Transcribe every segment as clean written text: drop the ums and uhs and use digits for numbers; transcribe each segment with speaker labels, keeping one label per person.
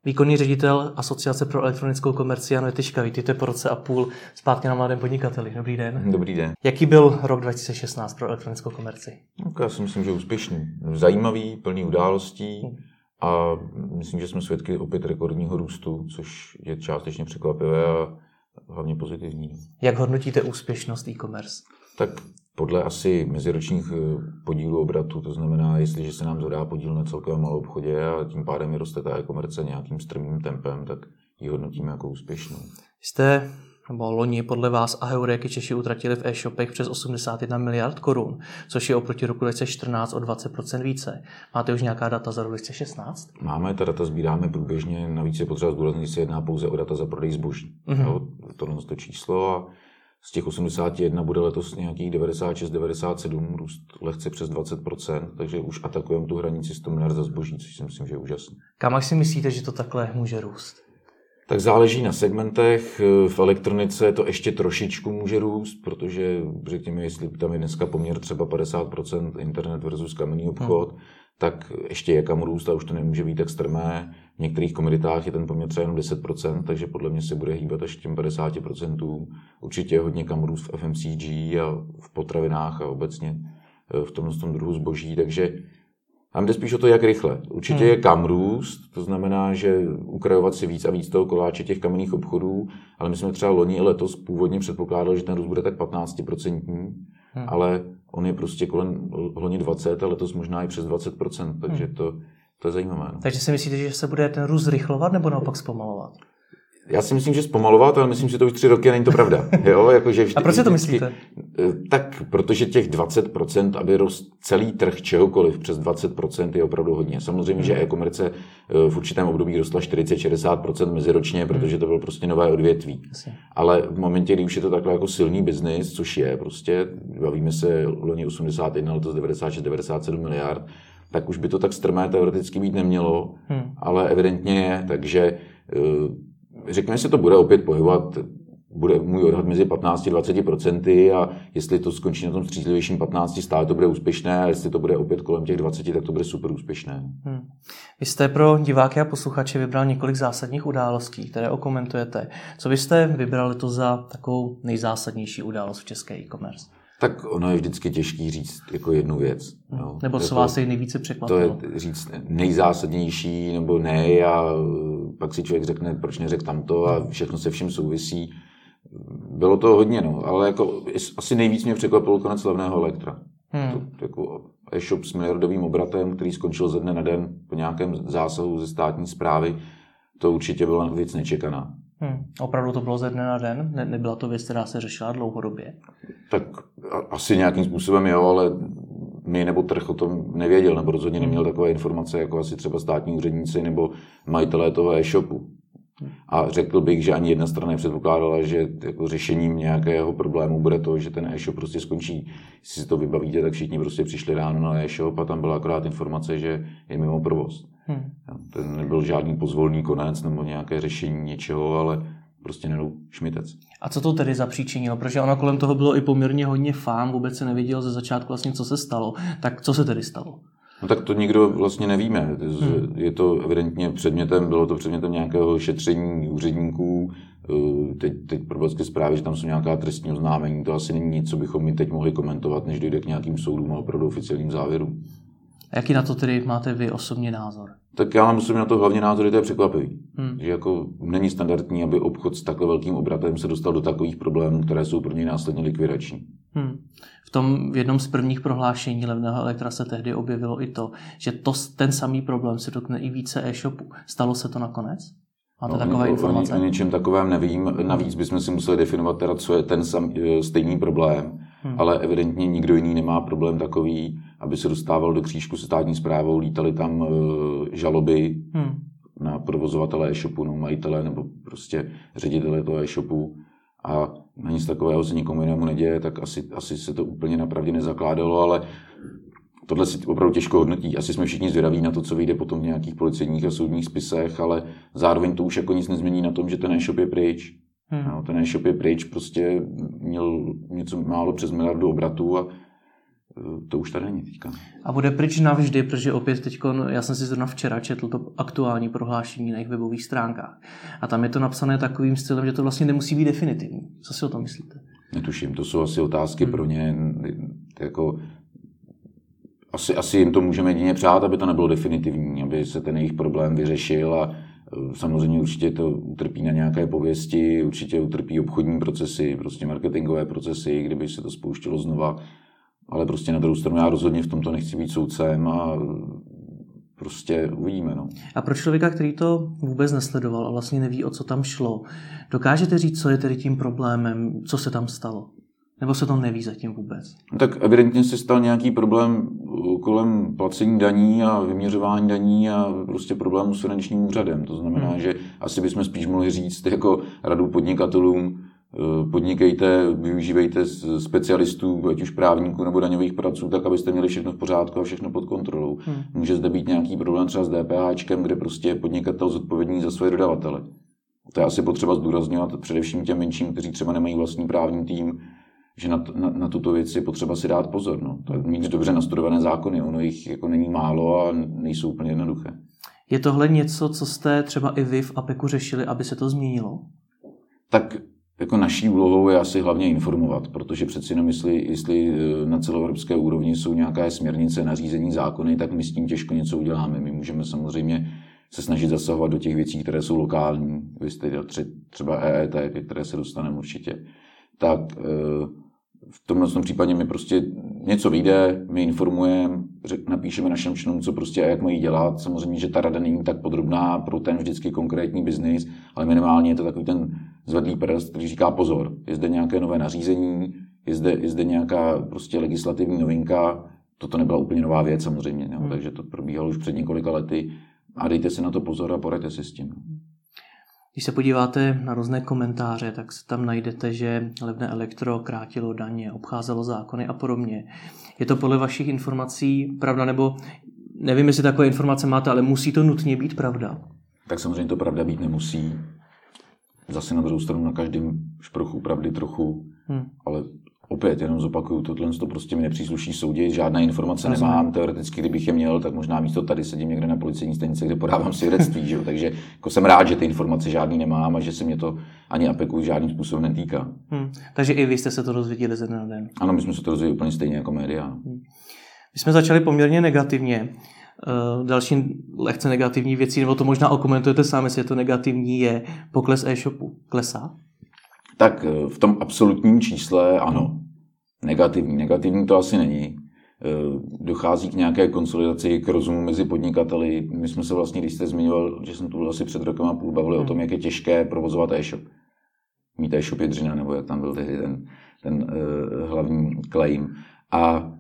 Speaker 1: Výkonný ředitel Asociace pro elektronickou komerci Jan Větyška. Vítejte po roce a půl zpátky na Mladém podnikateli. Dobrý den.
Speaker 2: Dobrý den.
Speaker 1: Jaký byl rok 2016 pro elektronickou komerci?
Speaker 2: Já si myslím, že úspěšný. Zajímavý, plný událostí a myslím, že jsme svědky opět rekordního růstu, což je částečně překvapivé a hlavně pozitivní.
Speaker 1: Jak hodnotíte úspěšnost e-commerce?
Speaker 2: Tak podle asi meziročních podílů obratu, to znamená, jestliže se nám zvedá podíl na celkovém malou obchodě a tím pádem roste ta e-commerce nějakým strmým tempem, tak ji hodnotíme jako úspěšnou.
Speaker 1: Loni podle vás a Heuréky Češi utratili v e-shopech přes 81 miliard korun, což je oproti roku 2014 o 20% více. Máte už nějaká data za rok 2016?
Speaker 2: Máme, ta data sbíráme průběžně, navíc je potřeba zdůraznit, že se jedná pouze o data za prodej zboží. Tohle to číslo a z těch 81 bude letos nějakých 96-97, růst lehce přes 20%, takže už atakujeme tu hranici 100 miliard za zboží, což si myslím, že je úžasné.
Speaker 1: Kam až si myslíte, že to takhle může růst?
Speaker 2: Tak záleží na segmentech. V elektronice to ještě trošičku může růst, protože řekněme, jestli tam je dneska poměr třeba 50% internet versus kamenný obchod, tak ještě je kam růst a už to nemůže být tak strmé. V některých komoditách je ten poměr třeba jenom 10%, takže podle mě se bude hýbat až k těm 50%. Určitě je hodně kam růst v FMCG a v potravinách a obecně v tomhle druhu zboží, takže nám jde spíš o to, jak rychle. Určitě je kam růst, to znamená, že ukrajovat si víc a víc toho koláče těch kamenných obchodů, ale my jsme třeba loni i letos původně předpokládali, že ten růst bude tak 15%, ale on je prostě kolem loni 20 a letos možná i přes 20%, takže to je zajímavé. No.
Speaker 1: Takže si myslíte, že se bude ten růst zrychlovat nebo naopak zpomalovat?
Speaker 2: Já si myslím, že zpomalovat, ale myslím, že to už 3 roky a není to pravda. Jo? Jakože
Speaker 1: a proč si to myslíte?
Speaker 2: Tak, protože těch 20%, aby rost celý trh čehokoliv přes 20% je opravdu hodně. Samozřejmě, že e-komerce v určitém období rostla 40-60% meziročně, protože to bylo prostě nové odvětví. Ale v momentě, kdy už je to takhle jako silný biznis, což je prostě, bavíme se loni 81, letos 96-97 miliard, tak už by to tak strmé teoreticky být nemělo, ale evidentně je, takže řekněme, že se to bude opět pohybovat, bude můj odhad mezi 15-20% a jestli to skončí na tom střízlivějším 15, stále to bude úspěšné a jestli to bude opět kolem těch 20, tak to bude super úspěšné.
Speaker 1: Vy jste pro diváky a posluchače vybral několik zásadních událostí, které okomentujete. Co byste vybrali to za takovou nejzásadnější událost v české e-commerce?
Speaker 2: Tak ono je vždycky těžký říct jako jednu věc. Jo.
Speaker 1: Nebo co vás nejvíce překvapilo?
Speaker 2: To je říct nejzásadnější nebo ne a pak si člověk řekne, proč neřekl tamto a všechno se vším souvisí. Bylo to hodně, no, ale jako asi nejvíc mě překvapilo konec levného Elektra. To jako e-shop s miliardovým obratem, který skončil ze dne na den po nějakém zásahu ze státní správy, to určitě byla věc nečekaná.
Speaker 1: Opravdu to bylo ze dne na den? Nebyla to věc, která se řešila dlouhodobě?
Speaker 2: Tak asi nějakým způsobem jo, ale my nebo trh o tom nevěděl, nebo rozhodně neměl takové informace, jako asi třeba státní úředníci nebo majitelé toho e-shopu. A řekl bych, že ani jedna strana nepředpokládala, že jako řešením nějakého problému bude to, že ten e-shop prostě skončí. Jestli si to vybavíte, tak všichni prostě přišli ráno na e-shop a tam byla akorát informace, že je mimo provoz. To nebyl žádný pozvolný konec nebo nějaké řešení něčeho, ale prostě nedou šmitec.
Speaker 1: A co to tedy zapříčinilo? Protože ono kolem toho bylo i poměrně hodně fám, vůbec se nevědělo ze začátku vlastně, co se stalo. Tak co se tedy stalo?
Speaker 2: No tak to nikdo vlastně nevíme. Je to evidentně bylo to předmětem nějakého šetření úředníků. Teď pro Blesky zprávy, že tam jsou nějaká trestní oznámení. To asi není nic, co bychom my teď mohli komentovat, než dojde k nějakým soudům a opravdu oficiálním závěrům.
Speaker 1: A jaký na to tedy máte vy osobně názor?
Speaker 2: Tak já mám osobně na to hlavně názor, že to je překvapivý. Že jako není standardní, aby obchod s takhle velkým obratem se dostal do takových problémů, které jsou pro něj následně likvidační.
Speaker 1: V jednom z prvních prohlášení levného Elektra se tehdy objevilo i to, že ten samý problém se dotkne i více e-shopů. Stalo se to nakonec? Máte takové informace?
Speaker 2: O něčem takovém nevím. Navíc bychom si museli definovat teda, co je ten stejný problém. Ale evidentně nikdo jiný nemá problém takový, aby se dostával do křížku se státní správou, lítaly tam žaloby na provozovatele e-shopu, no, majitele nebo prostě ředitele toho e-shopu a na nic takového se nikomu jinému neděje, tak asi se to úplně napravdě nezakládalo, ale tohle si opravdu těžko hodnotí. Asi jsme všichni zvědaví na to, co vyjde potom v nějakých policejních a soudních spisech, ale zároveň to už jako nic nezmění na tom, že ten e-shop je pryč. No, ten e-shop je pryč, prostě měl něco málo přes miliardu obratů a to už tady není teďka.
Speaker 1: A bude pryč navždy, protože opět teďko, já jsem si zrovna včera četl to aktuální prohlášení na jejich webových stránkách. A tam je to napsané takovým stylem, že to vlastně nemusí být definitivní. Co si o tom myslíte?
Speaker 2: Netuším, to jsou asi otázky pro ně. Jako, asi jim to můžeme jedině přát, aby to nebylo definitivní, aby se ten jejich problém vyřešil a samozřejmě určitě to utrpí na nějaké pověsti, určitě utrpí obchodní procesy, prostě marketingové procesy, kdyby se to spouštilo znova. Ale prostě na druhou stranu já rozhodně v tomto nechci být soudcem a prostě uvidíme. No.
Speaker 1: A pro člověka, který to vůbec nesledoval a vlastně neví, o co tam šlo, dokážete říct, co je tedy tím problémem, co se tam stalo? Nebo se to neví zatím vůbec?
Speaker 2: Tak evidentně se stal nějaký problém kolem placení daní a vyměřování daní a prostě problému s finančním úřadem. To znamená, že asi bychom spíš mohli říct jako radu podnikatelům, podnikejte, využívejte specialistů, ať už právníků nebo daňových poradců, tak abyste měli všechno v pořádku a všechno pod kontrolou. Může zde být nějaký problém třeba s DPHčkem, kde prostě je podnikatel zodpovědný za svoje dodavatele. To je asi potřeba zdůrazňovat především těm menším, kteří třeba nemají vlastní právní tým, že na tuto věc je potřeba si dát pozor. No. To mít dobře nastudované zákony, ono jich jako není málo a nejsou úplně jednoduché.
Speaker 1: Je tohle něco, co jste třeba i vy v APECu řešili, aby se to změnilo?
Speaker 2: Tak jako naší úlohou je asi hlavně informovat, protože přeci jenom jestli na celoevropské úrovni jsou nějaké směrnice, nařízení, zákony, tak my s tím těžko něco uděláme. My můžeme samozřejmě se snažit zasahovat do těch věcí, které jsou lokální, třeba EET, ke které se dostaneme určitě. Tak v tomhle případě mi prostě něco vyjde, my informujeme, napíšeme našim členům, co prostě a jak mají dělat. Samozřejmě, že ta rada není tak podrobná pro ten vždycky konkrétní biznis, ale minimálně je to takový ten zvedlý prst, který říká pozor, je zde nějaké nové nařízení, je zde nějaká prostě legislativní novinka, toto nebyla úplně nová věc samozřejmě, no, takže to probíhalo už před několika lety a dejte si na to pozor a poraďte si s tím.
Speaker 1: Když se podíváte na různé komentáře, tak se tam najdete, že levné elektro krátilo daně, obcházelo zákony a podobně. Je to podle vašich informací pravda, nebo nevím, jestli takové informace máte, ale musí to nutně být pravda?
Speaker 2: Tak samozřejmě to pravda být nemusí. Zase na druhou stranu na každém šprochu pravdy trochu, ale opět jenom zopakuju, tohle to prostě mi nepřísluší soudit, žádné informace nemám, teoreticky kdybych je měl, tak možná místo tady sedím někde na policejní stanici, kde podávám svědectví, že jo? Takže jako jsem rád, že ty informace žádný nemám a že se mě to ani APECu žádným způsobem netýká.
Speaker 1: Takže i vy jste se to dozvěděli ze dne na den?
Speaker 2: Ano, my jsme se to dozvěděli úplně stejně jako média.
Speaker 1: My jsme začali poměrně negativně. Další lehce negativní věcí, nebo to možná okomentujete sám, jestli je to negativní, je pokles e-shopu. Klesá?
Speaker 2: Tak v tom absolutním čísle ano. Negativní to asi není. Dochází k nějaké konsolidaci, k rozumu mezi podnikateli. My jsme se vlastně, když jste zmiňoval, že jsem tu byl asi před rokem a půl, bavili o tom, jak je těžké provozovat e-shop. Mít e-shop je dřina, nebo jak tam byl tehdy ten hlavní claim. A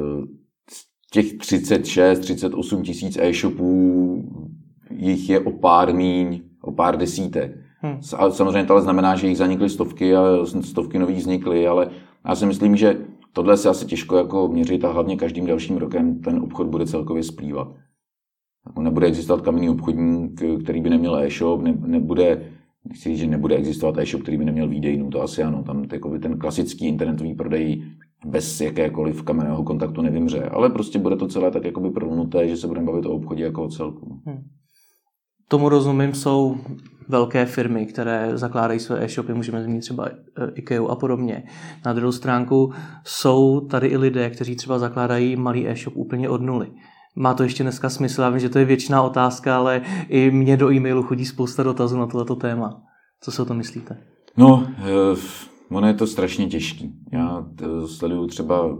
Speaker 2: těch 36-38 tisíc e-shopů, jich je o pár desítek. A samozřejmě to ale znamená, že jich zanikly stovky a stovky nových vznikly, ale já si myslím, že tohle se asi těžko jako měřit a hlavně každým dalším rokem ten obchod bude celkově splývat. Nebude existovat kamenný obchodník, který by neměl e-shop, nechci říct, že nebude existovat e-shop, který by neměl výdejnu, to asi ano, tam ten klasický internetový prodej bez jakékoliv kamenného kontaktu nevymře, ale prostě bude to celé tak jakoby prolnuté, že se budeme bavit o obchodě jako o celku.
Speaker 1: Tomu rozumím, jsou velké firmy, které zakládají své e-shopy, můžeme zmínit třeba IKEA a podobně. Na druhou stránku jsou tady i lidé, kteří třeba zakládají malý e-shop úplně od nuly. Má to ještě dneska smysl? Já vím, že to je věčná otázka, ale i mně do e-mailu chodí spousta dotazů na tohleto téma. Co si o tom myslíte?
Speaker 2: No, ono je to strašně těžký. Já sleduju třeba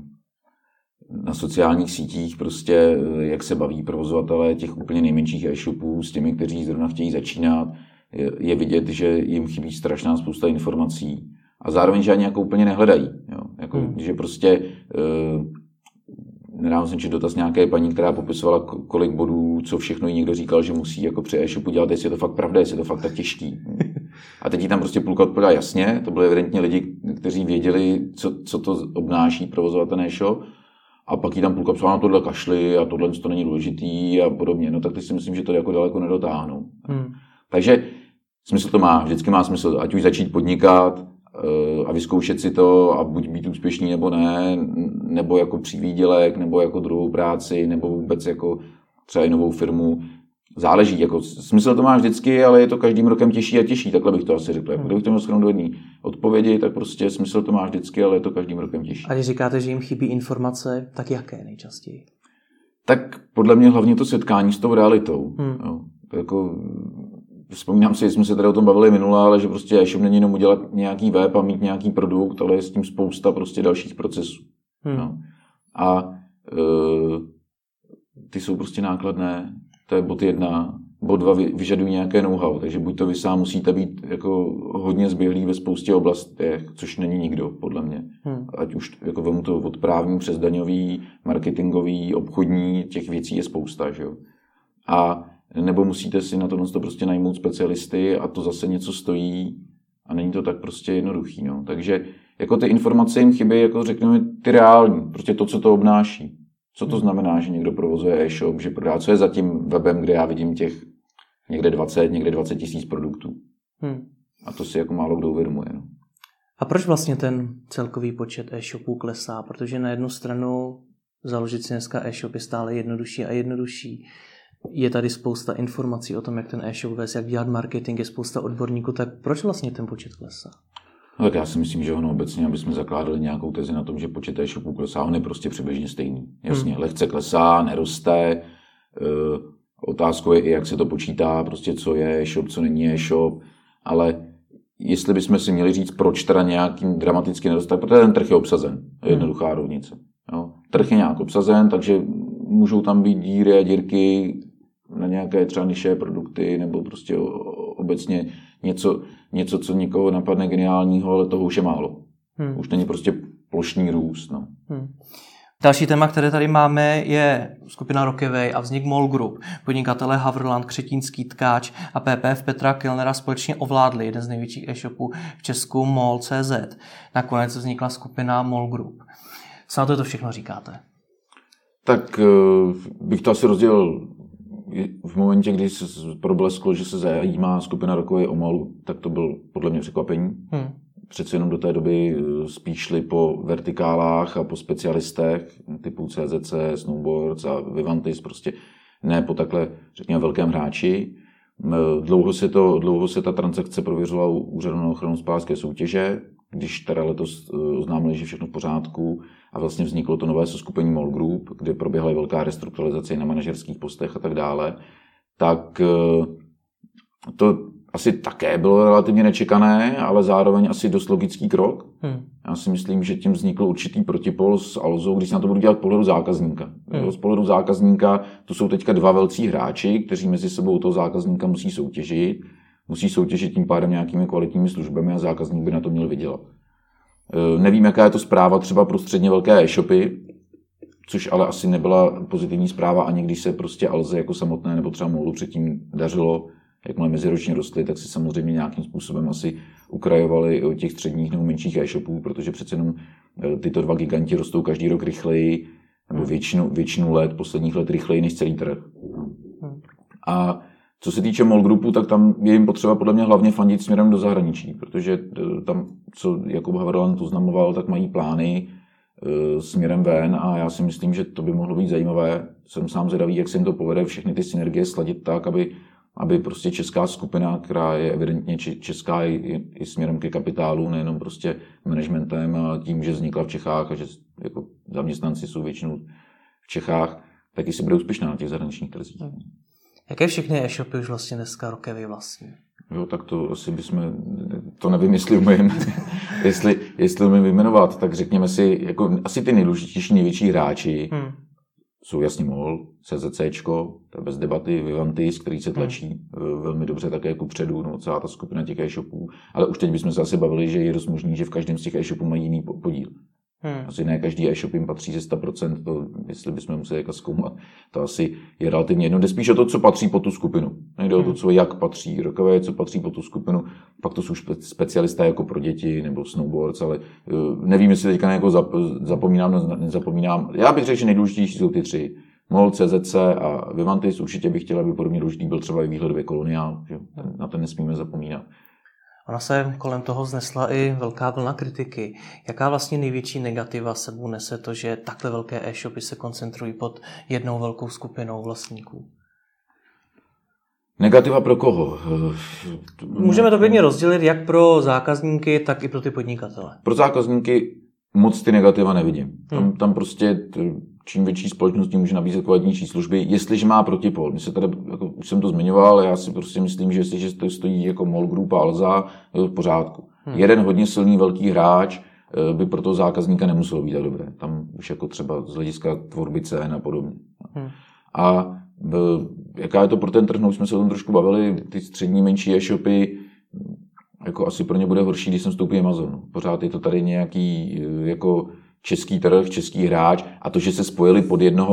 Speaker 2: na sociálních sítích prostě, jak se baví provozovatelé těch úplně nejmenších e-shopů s těmi, kteří zrovna chtějí začínat. Je vidět, že jim chybí strašná spousta informací a zároveň, že ani jako úplně nehledají. Jo? Jako, že prostě nedávno jsem četl dotaz nějaké paní, která popisovala, kolik bodů, co všechno jí někdo říkal, že musí jako při e-shopu dělat, jestli je to fakt pravda, jestli je to fakt tak těžký. A teď jí tam prostě půlka odpověděla jasně, to byly evidentně lidi, kteří věděli, co to obnáší provozovat ten e-shop. A pak jí tam půlka psala, tohle kašli a tohle to není důležitý a podobně. No tak teď si myslím, že to jako daleko nedotáhnou. Takže smysl to má, vždycky má smysl, ať už začít podnikat a vyzkoušet si to a buď být úspěšný nebo ne, nebo jako přivýdělek, nebo jako druhou práci, nebo vůbec jako třeba i novou firmu. Záleží, jako smysl to má vždycky, ale je to každým rokem těžší a těžší, takhle bych to asi řekl. Jako, kdybych to měl shrnout do jedné odpovědi, tak prostě smysl to má vždycky, ale je to každým rokem těžší.
Speaker 1: A když říkáte, že jim chybí informace, tak jaké nejčastěji?
Speaker 2: Tak podle mě hlavně to setkání s tou realitou. Jo. Jako, vzpomínám si, že jsme se tady o tom bavili minule, ale že prostě e-shop není jenom udělat nějaký web a mít nějaký produkt, ale je s tím spousta prostě dalších procesů. Jo. A ty jsou prostě nákladné. To je bod 1. Bod 2 vyžadují nějaké know-how, takže buď to vy sám musíte být jako hodně zběhlý ve spoustě oblastech, což není nikdo, podle mě. Ať už jako vemu to od právní přes daňový, marketingový, obchodní, těch věcí je spousta, že jo. A nebo musíte si na to prostě najmout specialisty a to zase něco stojí a není to tak prostě jednoduchý, no. Takže jako ty informace jim chybí, jako řekněme, ty reální, prostě to, co to obnáší. Co to znamená, že někdo provozuje e-shop, že prodá, co je za tím webem, kde já vidím těch někde 20 000 produktů. A to si jako málo kdo uvědomuje. No.
Speaker 1: A proč vlastně ten celkový počet e-shopů klesá? Protože na jednu stranu založit si dneska e-shop je stále jednodušší a jednodušší. Je tady spousta informací o tom, jak ten e-shop vést, jak dělat marketing, je spousta odborníků, tak proč vlastně ten počet klesá?
Speaker 2: No, tak já si myslím, že ono obecně, aby jsme zakládali nějakou tezi na tom, že počet e-shopů klesá, on je prostě přibližně stejný. Jasně, lehce klesá, neroste. Otázkou je i, jak se to počítá, prostě co je e-shop, co není e-shop, ale jestli bychom si měli říct, proč teda nějakým dramaticky neroste, protože ten trh je obsazen. To je jednoduchá rovnice. Jo. Trh je nějak obsazen, takže můžou tam být díry a dírky na nějaké třeba niše produkty, nebo prostě obecně něco, co někoho napadne geniálního, ale toho už je málo. Už není prostě plošný růst. No.
Speaker 1: Další téma, které tady máme, je skupina Rockaway a vznik MOL Group. Podnikatelé Havrland, Křetínský, Tkáč a PPF Petra Kellnera společně ovládli jeden z největších e-shopů v Česku MOL.cz. Nakonec vznikla skupina MOL Group. Co na to všechno říkáte?
Speaker 2: Tak bych to asi rozdělil v momentě, kdy se problesklo, že se zajímá skupina Rockaway o MOLu, tak to byl podle mě překvapení. Přece jenom do té doby spíš šli po vertikálách a po specialistech typu CZC, Snowboards a Vivantis, prostě ne po takhle, řekněme, velkém hráči. Dlouho se ta transakce prověřovala u Úřadu na ochranu hospodářské soutěže, když teda letos oznámili, že všechno v pořádku a vlastně vzniklo to nové seskupení MOL Group, kde proběhla velká restrukturalizace na manažerských postech a tak dále, tak to asi také bylo relativně nečekané, ale zároveň asi dost logický krok. Já si myslím, že tím vznikl určitý protipol s Alzou, když se na to budu dělat pohledu zákazníka. Z pohledu zákazníka tu jsou teďka dva velcí hráči, kteří mezi sebou toho zákazníka musí soutěžit. Musí soutěžit tím pádem nějakými kvalitními službami a zákazník by na to měl vydělat. Nevím, jaká je to zpráva třeba pro středně velké e-shopy, což ale asi nebyla pozitivní zpráva, ani když se prostě Alze jako samotné nebo třeba MOLu předtím dařilo. Jakmile meziročně rostly, tak si samozřejmě nějakým způsobem asi ukrajovali od těch středních nebo menších e-shopů, protože přece jenom tyto dva giganti rostou každý rok rychleji, nebo většinu let, posledních let rychleji než celý trh. A co se týče MOL Groupu, tak tam je jim potřeba podle mě hlavně fandit směrem do zahraničí, protože tam, co Jakub Havrland oznamoval, tak mají plány směrem ven a já si myslím, že to by mohlo být zajímavé. Jsem sám zvědavý, jak se jim to povede všechny ty synergie sladit tak, aby prostě česká skupina, která je evidentně česká i směrem ke kapitálu, nejenom prostě managementem a tím, že vznikla v Čechách a že jako zaměstnanci jsou většinou v Čechách, tak i si bude úspěšná na těch zahraničních trzích.
Speaker 1: Jaké všechny e-shopy už vlastně dneska Rockaway vlastní?
Speaker 2: Jo, tak to asi bychom, to nevím, jestli umím, jestli umím vyjmenovat, tak řekněme si, jako asi ty nejdůležitější, největší hráči jsou jasně MOL, CZCčko, to je bez debaty, Vivantis, který se tlačí velmi dobře také kupředu, no, celá ta skupina těch e-shopů, ale už teď bychom se asi bavili, že je dost možný, že v každém z těch e-shopů mají jiný podíl. Asi ne každý e-shop jim patří ze 100%, to, jestli bychom museli jako zkoumat, to asi je relativně jedno. Jde spíš o to, co patří po tu skupinu. Nejde o to, co jak patří Rockaway, co patří po tu skupinu, pak to jsou specialisté jako pro děti nebo snowboards, ale nevím, jestli teďka jako zapomínám, nezapomínám. Já bych řekl, že nejdůležitější jsou ty tři. MOL, CZC a Vivantis, určitě bych chtěl, aby podobně důležitý byl třeba i výhledově Koloniál, že? Na ten nesmíme zapomínat.
Speaker 1: Ona se kolem toho znesla i velká vlna kritiky. Jaká vlastně největší negativa sebou nese to, že takhle velké e-shopy se koncentrují pod jednou velkou skupinou vlastníků?
Speaker 2: Negativa pro koho?
Speaker 1: Můžeme to klidně rozdělit jak pro zákazníky, tak i pro ty podnikatele.
Speaker 2: Pro zákazníky moc ty negativa nevidím. Tam prostě čím větší společnost tím může nabízet kvalitnější služby, jestliže má protipol. My se tady, jako už jsem to zmiňoval, já si prostě myslím, že jestliže to stojí jako MOL Group a Alza, je to v pořádku. Jeden hodně silný velký hráč by pro toho zákazníka nemuselo být tak dobré. Tam už jako třeba z hlediska tvorby cen a podobně. A jaká je to pro ten trh, jsme se o tom trošku bavili, ty střední menší e-shopy, jako asi pro ně bude horší, když sem vstoupí Amazon. Pořád je to tady nějaký jako český trh, český hráč a to, že se spojili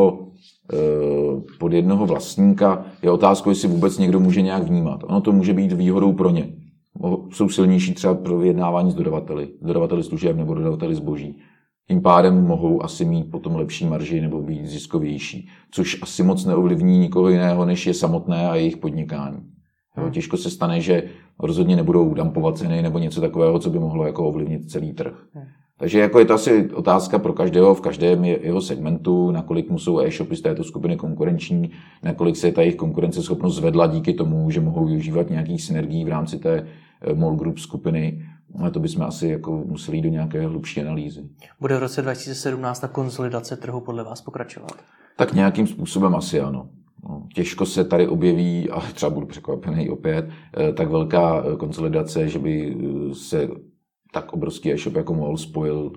Speaker 2: pod jednoho vlastníka, je otázkou, jestli vůbec někdo může nějak vnímat. Ono to může být výhodou pro ně. Jsou silnější třeba pro vyjednávání s dodavateli služeb nebo dodavateli zboží. Tím pádem mohou asi mít potom lepší marži nebo být ziskovější, což asi moc neovlivní nikoho jiného, než je samotné a jejich podnikání. Těžko se stane, že rozhodně nebudou dumpovat ceny nebo něco takového, co by mohlo jako ovlivnit celý trh. Takže jako je to asi otázka pro každého v každém jeho segmentu, nakolik mu jsou e-shopy z této skupiny konkurenční, nakolik se ta jejich konkurenceschopnost zvedla díky tomu, že mohou využívat nějakých synergií v rámci té MOL Group skupiny. Ale to bychom asi jako museli jít do nějaké hlubší analýzy.
Speaker 1: Bude v roce 2017 ta konsolidace trhu podle vás pokračovat?
Speaker 2: Tak nějakým způsobem asi ano. Těžko se tady objeví, ale třeba budu překvapený opět, tak velká konsolidace, že by se tak obrovský e-shop jako MOL spojil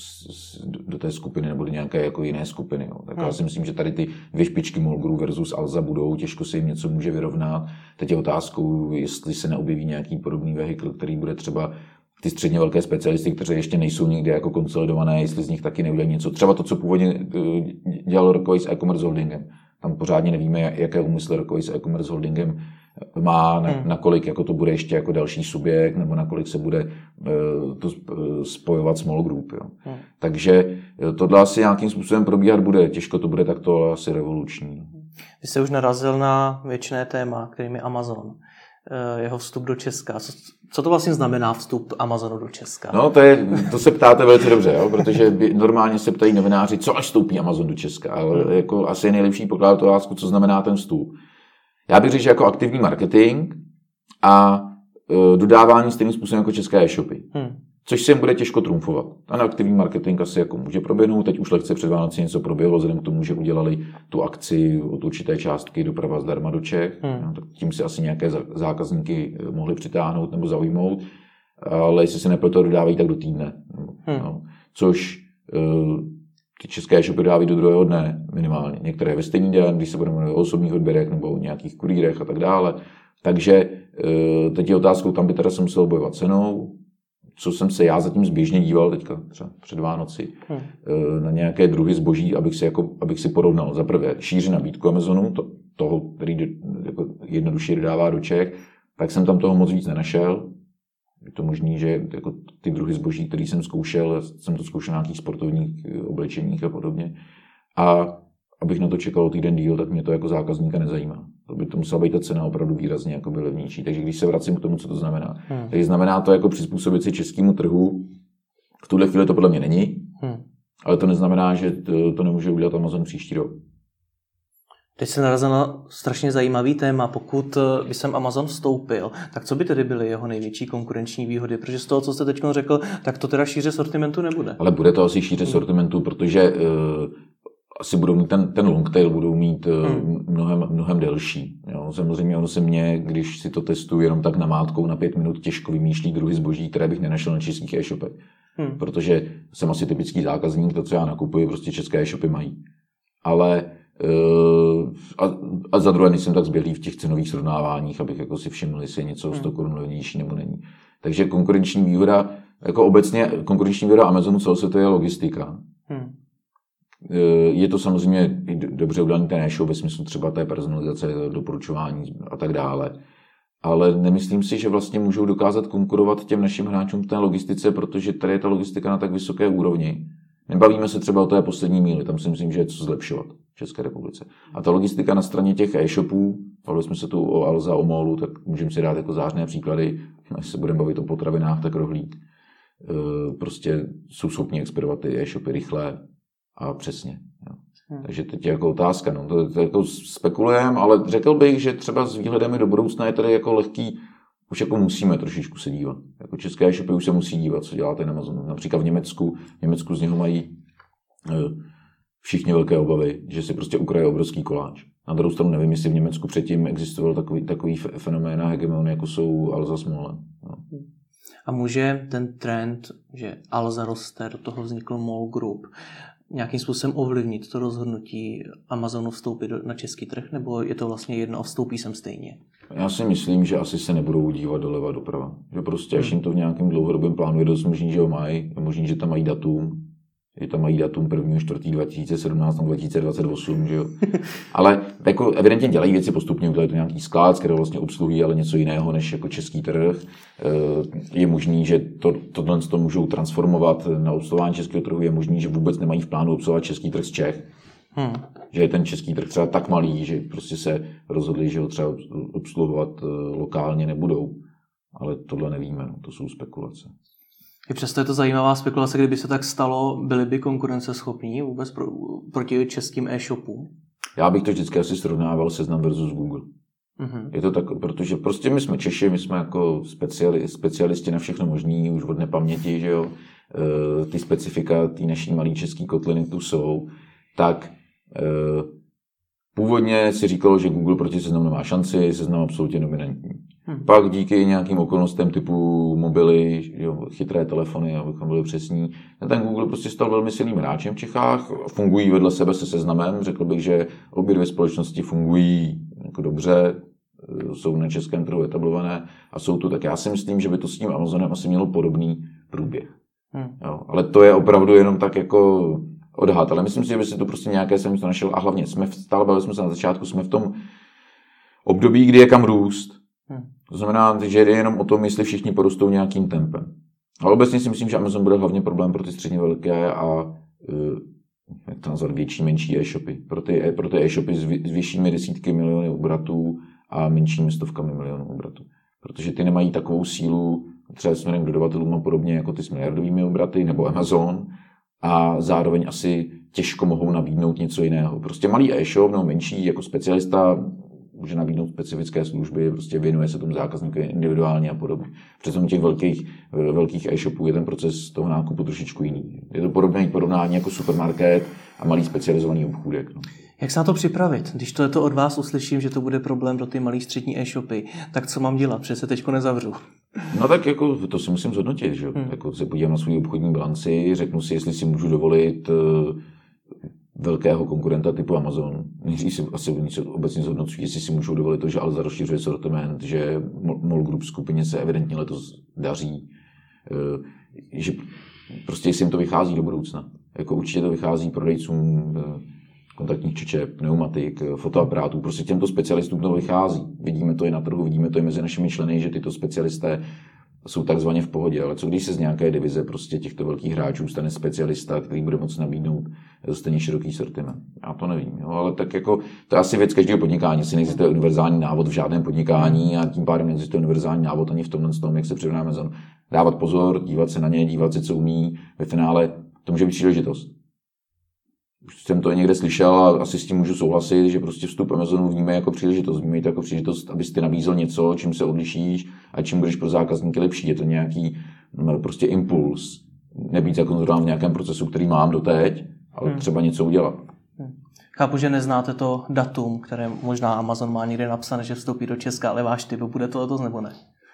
Speaker 2: do té skupiny nebo do nějaké jako jiné skupiny. Tak já si myslím, že tady ty dvě špičky MOL Group versus Alza budou, těžko se jim něco může vyrovnat. Teď je otázkou, jestli se neobjeví nějaký podobný vehikl, který bude třeba ty středně velké specialisty, kteří ještě nejsou nikdy jako konsolidované, jestli z nich taky neudělají něco. Třeba to, co původně dělal Rokoj s e-commerce holdingem. Tam pořádně nevíme, jaké úmysly Rokoj s e-commerce holdingem má, nakolik jako to bude ještě jako další subjekt, nebo nakolik se bude to spojovat s MOL Group. Jo. Takže tohle asi nějakým způsobem probíhat bude. Těžko to bude takto, ale asi revoluční.
Speaker 1: Vy jste už narazil na věčné téma, kterým je Amazon. Jeho vstup do Česka. Co to vlastně znamená vstup Amazonu do Česka?
Speaker 2: No, to se ptáte velice dobře, jo? Protože normálně se ptají novináři, co až vstoupí Amazon do Česka. Ale jako asi je nejlepší pokládat otázku, co znamená ten vstup. Já bych řekl, že jako aktivní marketing a dodávání stejným způsobem jako české e-shopy. Což se jim bude těžko trumfovat. Ten aktivní marketing asi jako může proběhnout. Teď už lehce před Vánoci něco proběhlo, vzhledem k tomu, že udělali tu akci od určité částky doprava zdarma do Čech. No, tak tím si asi nějaké zákazníky mohli přitáhnout nebo zaujmout. Ale jestli se nepletu, dodávají tak do týdne. No, což ty české e-shopy dodávají do druhého dne minimálně. Některé ve stejný den, když se budeme mluvit o osobních odběrech nebo o nějakých kurýrech a tak dále. Takže teď je otázkou, tam by teda se musel bojovat cenou. Co jsem se já zatím zběžně díval teďka třeba před Vánoci na nějaké druhy zboží, abych si porovnal za prvé šíři nabídku Amazonu, toho, který jako jednoduše dodává do Čech, tak jsem tam toho moc víc nenašel. Je to možný, že jako ty druhy zboží, který jsem to zkoušel na nějakých sportovních oblečeních a podobně. A abych na to čekal týden díl, tak mě to jako zákazníka nezajímá. To by to musela být ta cena opravdu výrazně jako levnější. Takže když se vracím k tomu, co to znamená. Takže znamená to jako přizpůsobit se českému trhu. V tuhle chvíli to podle mě není, ale to neznamená, že to nemůže udělat Amazon příští rok.
Speaker 1: Teď se narazil na strašně zajímavý téma. Pokud by sem Amazon vstoupil, tak co by tedy byly jeho největší konkurenční výhody? Protože z toho, co jste teď řekl, tak to teda šíře sortimentu nebude. Ale
Speaker 2: bude to asi šíře sortimentu, protože asi budou mít ten long tail, budou mít mnohem delší. Jo. Samozřejmě ono se mě, když si to testuju jenom tak namátkou na 5 minut, těžko vymýšlí druhy zboží, které bych nenašel na českých e-shopech. Protože jsem asi typický zákazník, to, co já nakupuji, prostě české e-shopy mají. Ale a za druhé nejsem tak zběhlý v těch cenových srovnáváních, abych jako si všiml, jestli je něco 100 korun levnější nebo není. Takže konkurenční výhoda, jako obecně konkurenční výhoda Amazonu celosvětově je logistika. Je to samozřejmě dobře udělaný ten e-shop ve smyslu třeba té personalizace, doporučování a tak dále. Ale nemyslím si, že vlastně můžou dokázat konkurovat těm našim hráčům v té logistice, protože tady je ta logistika na tak vysoké úrovni. Nebavíme se třeba o té poslední míli, tam si myslím, že je co zlepšovat v České republice. A ta logistika na straně těch e-shopů Bavili jsme se tu o Alza, o Molu, tak můžeme si dát jako zářné příklady, až se budeme bavit o potravinách, tak Rohlík. Prostě jsou schopni expedovat ty e-shopy rychle a přesně. Jo. Takže teď je jako otázka, no, to jako spekulujeme, ale řekl bych, že třeba s výhledem do budoucna je tady jako lehký, už jako musíme trošičku se dívat. Jako české e-shopy už se musí dívat, co děláte na Amazonu. Například v Německu z něho mají všichni velké obavy, že si prostě ukraje obrovský koláč. Na druhou stranu nevím, jestli v Německu předtím existoval takový fenomén a hegemony, jako jsou Alza s Molem. No.
Speaker 1: A může ten trend, že Alza roste, do toho vznikl Mall Group, nějakým způsobem ovlivnit to rozhodnutí Amazonu vstoupit na český trh, nebo je to vlastně jedno a vstoupí sem stejně?
Speaker 2: Já si myslím, že asi se nebudou dívat doleva doprava. Že prostě až jim to v nějakém dlouhodobém plánu je dost možný, že ho mají, je možný, že tam mají datum. Je tam mají datum 1.4.2017 nebo 2028, že jo. Ale jako evidentně dělají věci postupně, to je to nějaký sklad, který vlastně obsluhují, ale něco jiného než jako český trh. Je možný, že tohle to můžou transformovat na obsluhování českého trhu, je možný, že vůbec nemají v plánu obsluhovat český trh z Čech. Že je ten český trh třeba tak malý, že prostě se rozhodli, že ho třeba obsluhovat lokálně nebudou. Ale tohle nevíme, no, to jsou spekulace.
Speaker 1: I přesto je to zajímavá spekulace, kdyby se tak stalo, byli by konkurenceschopní vůbec proti českým e-shopům?
Speaker 2: Já bych to vždycky asi srovnával Seznam versus Google. Je to tak, protože prostě my jsme Češi, my jsme jako specialisti na všechno možný, už od nepaměti, že jo, ty specifika, ty naší malý český kotliny tu jsou, tak původně si říkalo, že Google proti Seznamu nemá šanci, Seznam absolutně dominantní. Pak díky nějakým okolnostem typu mobily, jo, chytré telefony, abychom byli přesní, ten Google prostě stal velmi silným hráčem v Čechách, fungují vedle sebe se Seznamem, řekl bych, že obě dvě společnosti fungují jako dobře, jsou na českém trhu etablované a jsou tu, tak já si myslím, že by to s tím Amazonem asi mělo podobný průběh. Jo, ale to je opravdu jenom tak jako odhad, ale myslím si, že by si to prostě nějaké jsem to našel a hlavně stále bavili jsme se na začátku, jsme v tom období, kdy je kam růst. To znamená, že jde jenom o tom, jestli všichni porostou nějakým tempem. Ale obecně si myslím, že Amazon bude hlavně problém pro ty středně velké a jak to nazvat, větší, menší e-shopy. Pro ty e-shopy s vyššími desítky miliony obratů a menšími stovkami milionů obratů. Protože ty nemají takovou sílu třeba směrem k dodavatelům a podobně jako ty s miliardovými obraty nebo Amazon a zároveň asi těžko mohou nabídnout něco jiného. Prostě malý e-shop nebo menší jako specialista může nabídnout specifické služby, prostě věnuje se tomu zákazníkovi individuálně a podobně. Přesto těch velkých e-shopů je ten proces toho nákupu trošičku jiný. Je to porovnání jako supermarket a malý specializovaný obchůdek. No.
Speaker 1: Jak se na to připravit? Když to od vás uslyším, že to bude problém pro ty malý střední e-shopy, tak co mám dělat? Protože se teďko nezavřu.
Speaker 2: No tak jako to si musím zhodnotit, že? Jako se podívám na svou obchodní bilanci, řeknu si, jestli si můžu dovolit velkého konkurenta typu Amazon. Nejdřív si asi obecně zhodnocují, jestli si můžou dovolit to, že Alza rozšiřuje sortiment, že Mall Group skupině se evidentně letos daří, že prostě jestli jim to vychází do budoucna. Jako určitě to vychází prodejcům kontaktních čečep, pneumatik, fotoaparátů, prostě těmto specialistům to vychází. Vidíme to i na trhu, vidíme to i mezi našimi členy, že tyto specialisté jsou takzvaně v pohodě, ale co když se z nějaké divize prostě těchto velkých hráčů stane specialista, který bude moci nabídnout stejně široký sortiment? Já to nevím, jo, ale tak jako to je asi věc každého podnikání, si neexistuje univerzální návod v žádném podnikání a tím pádem neexistuje univerzální návod ani v tomhle tom, jak se přirovná Amazon. Dávat pozor, dívat se na ně, dívat se, co umí, ve finále to může být příležitost. Už jsem to někde slyšel a asi s tím můžu souhlasit, že prostě vstup Amazonu vnímají jako příležitost. Vnímají to jako příležitost, abys ty nabízel něco, čím se odlišíš a čím budeš pro zákazníky lepší. Je to nějaký prostě impuls. Nebýt zakonzervován v nějakém procesu, který mám doteď, ale třeba něco udělat.
Speaker 1: Chápu, že neznáte to datum, které možná Amazon má někde napsané, že vstoupí do Česka, ale váš typ, bude to letos nebo ne?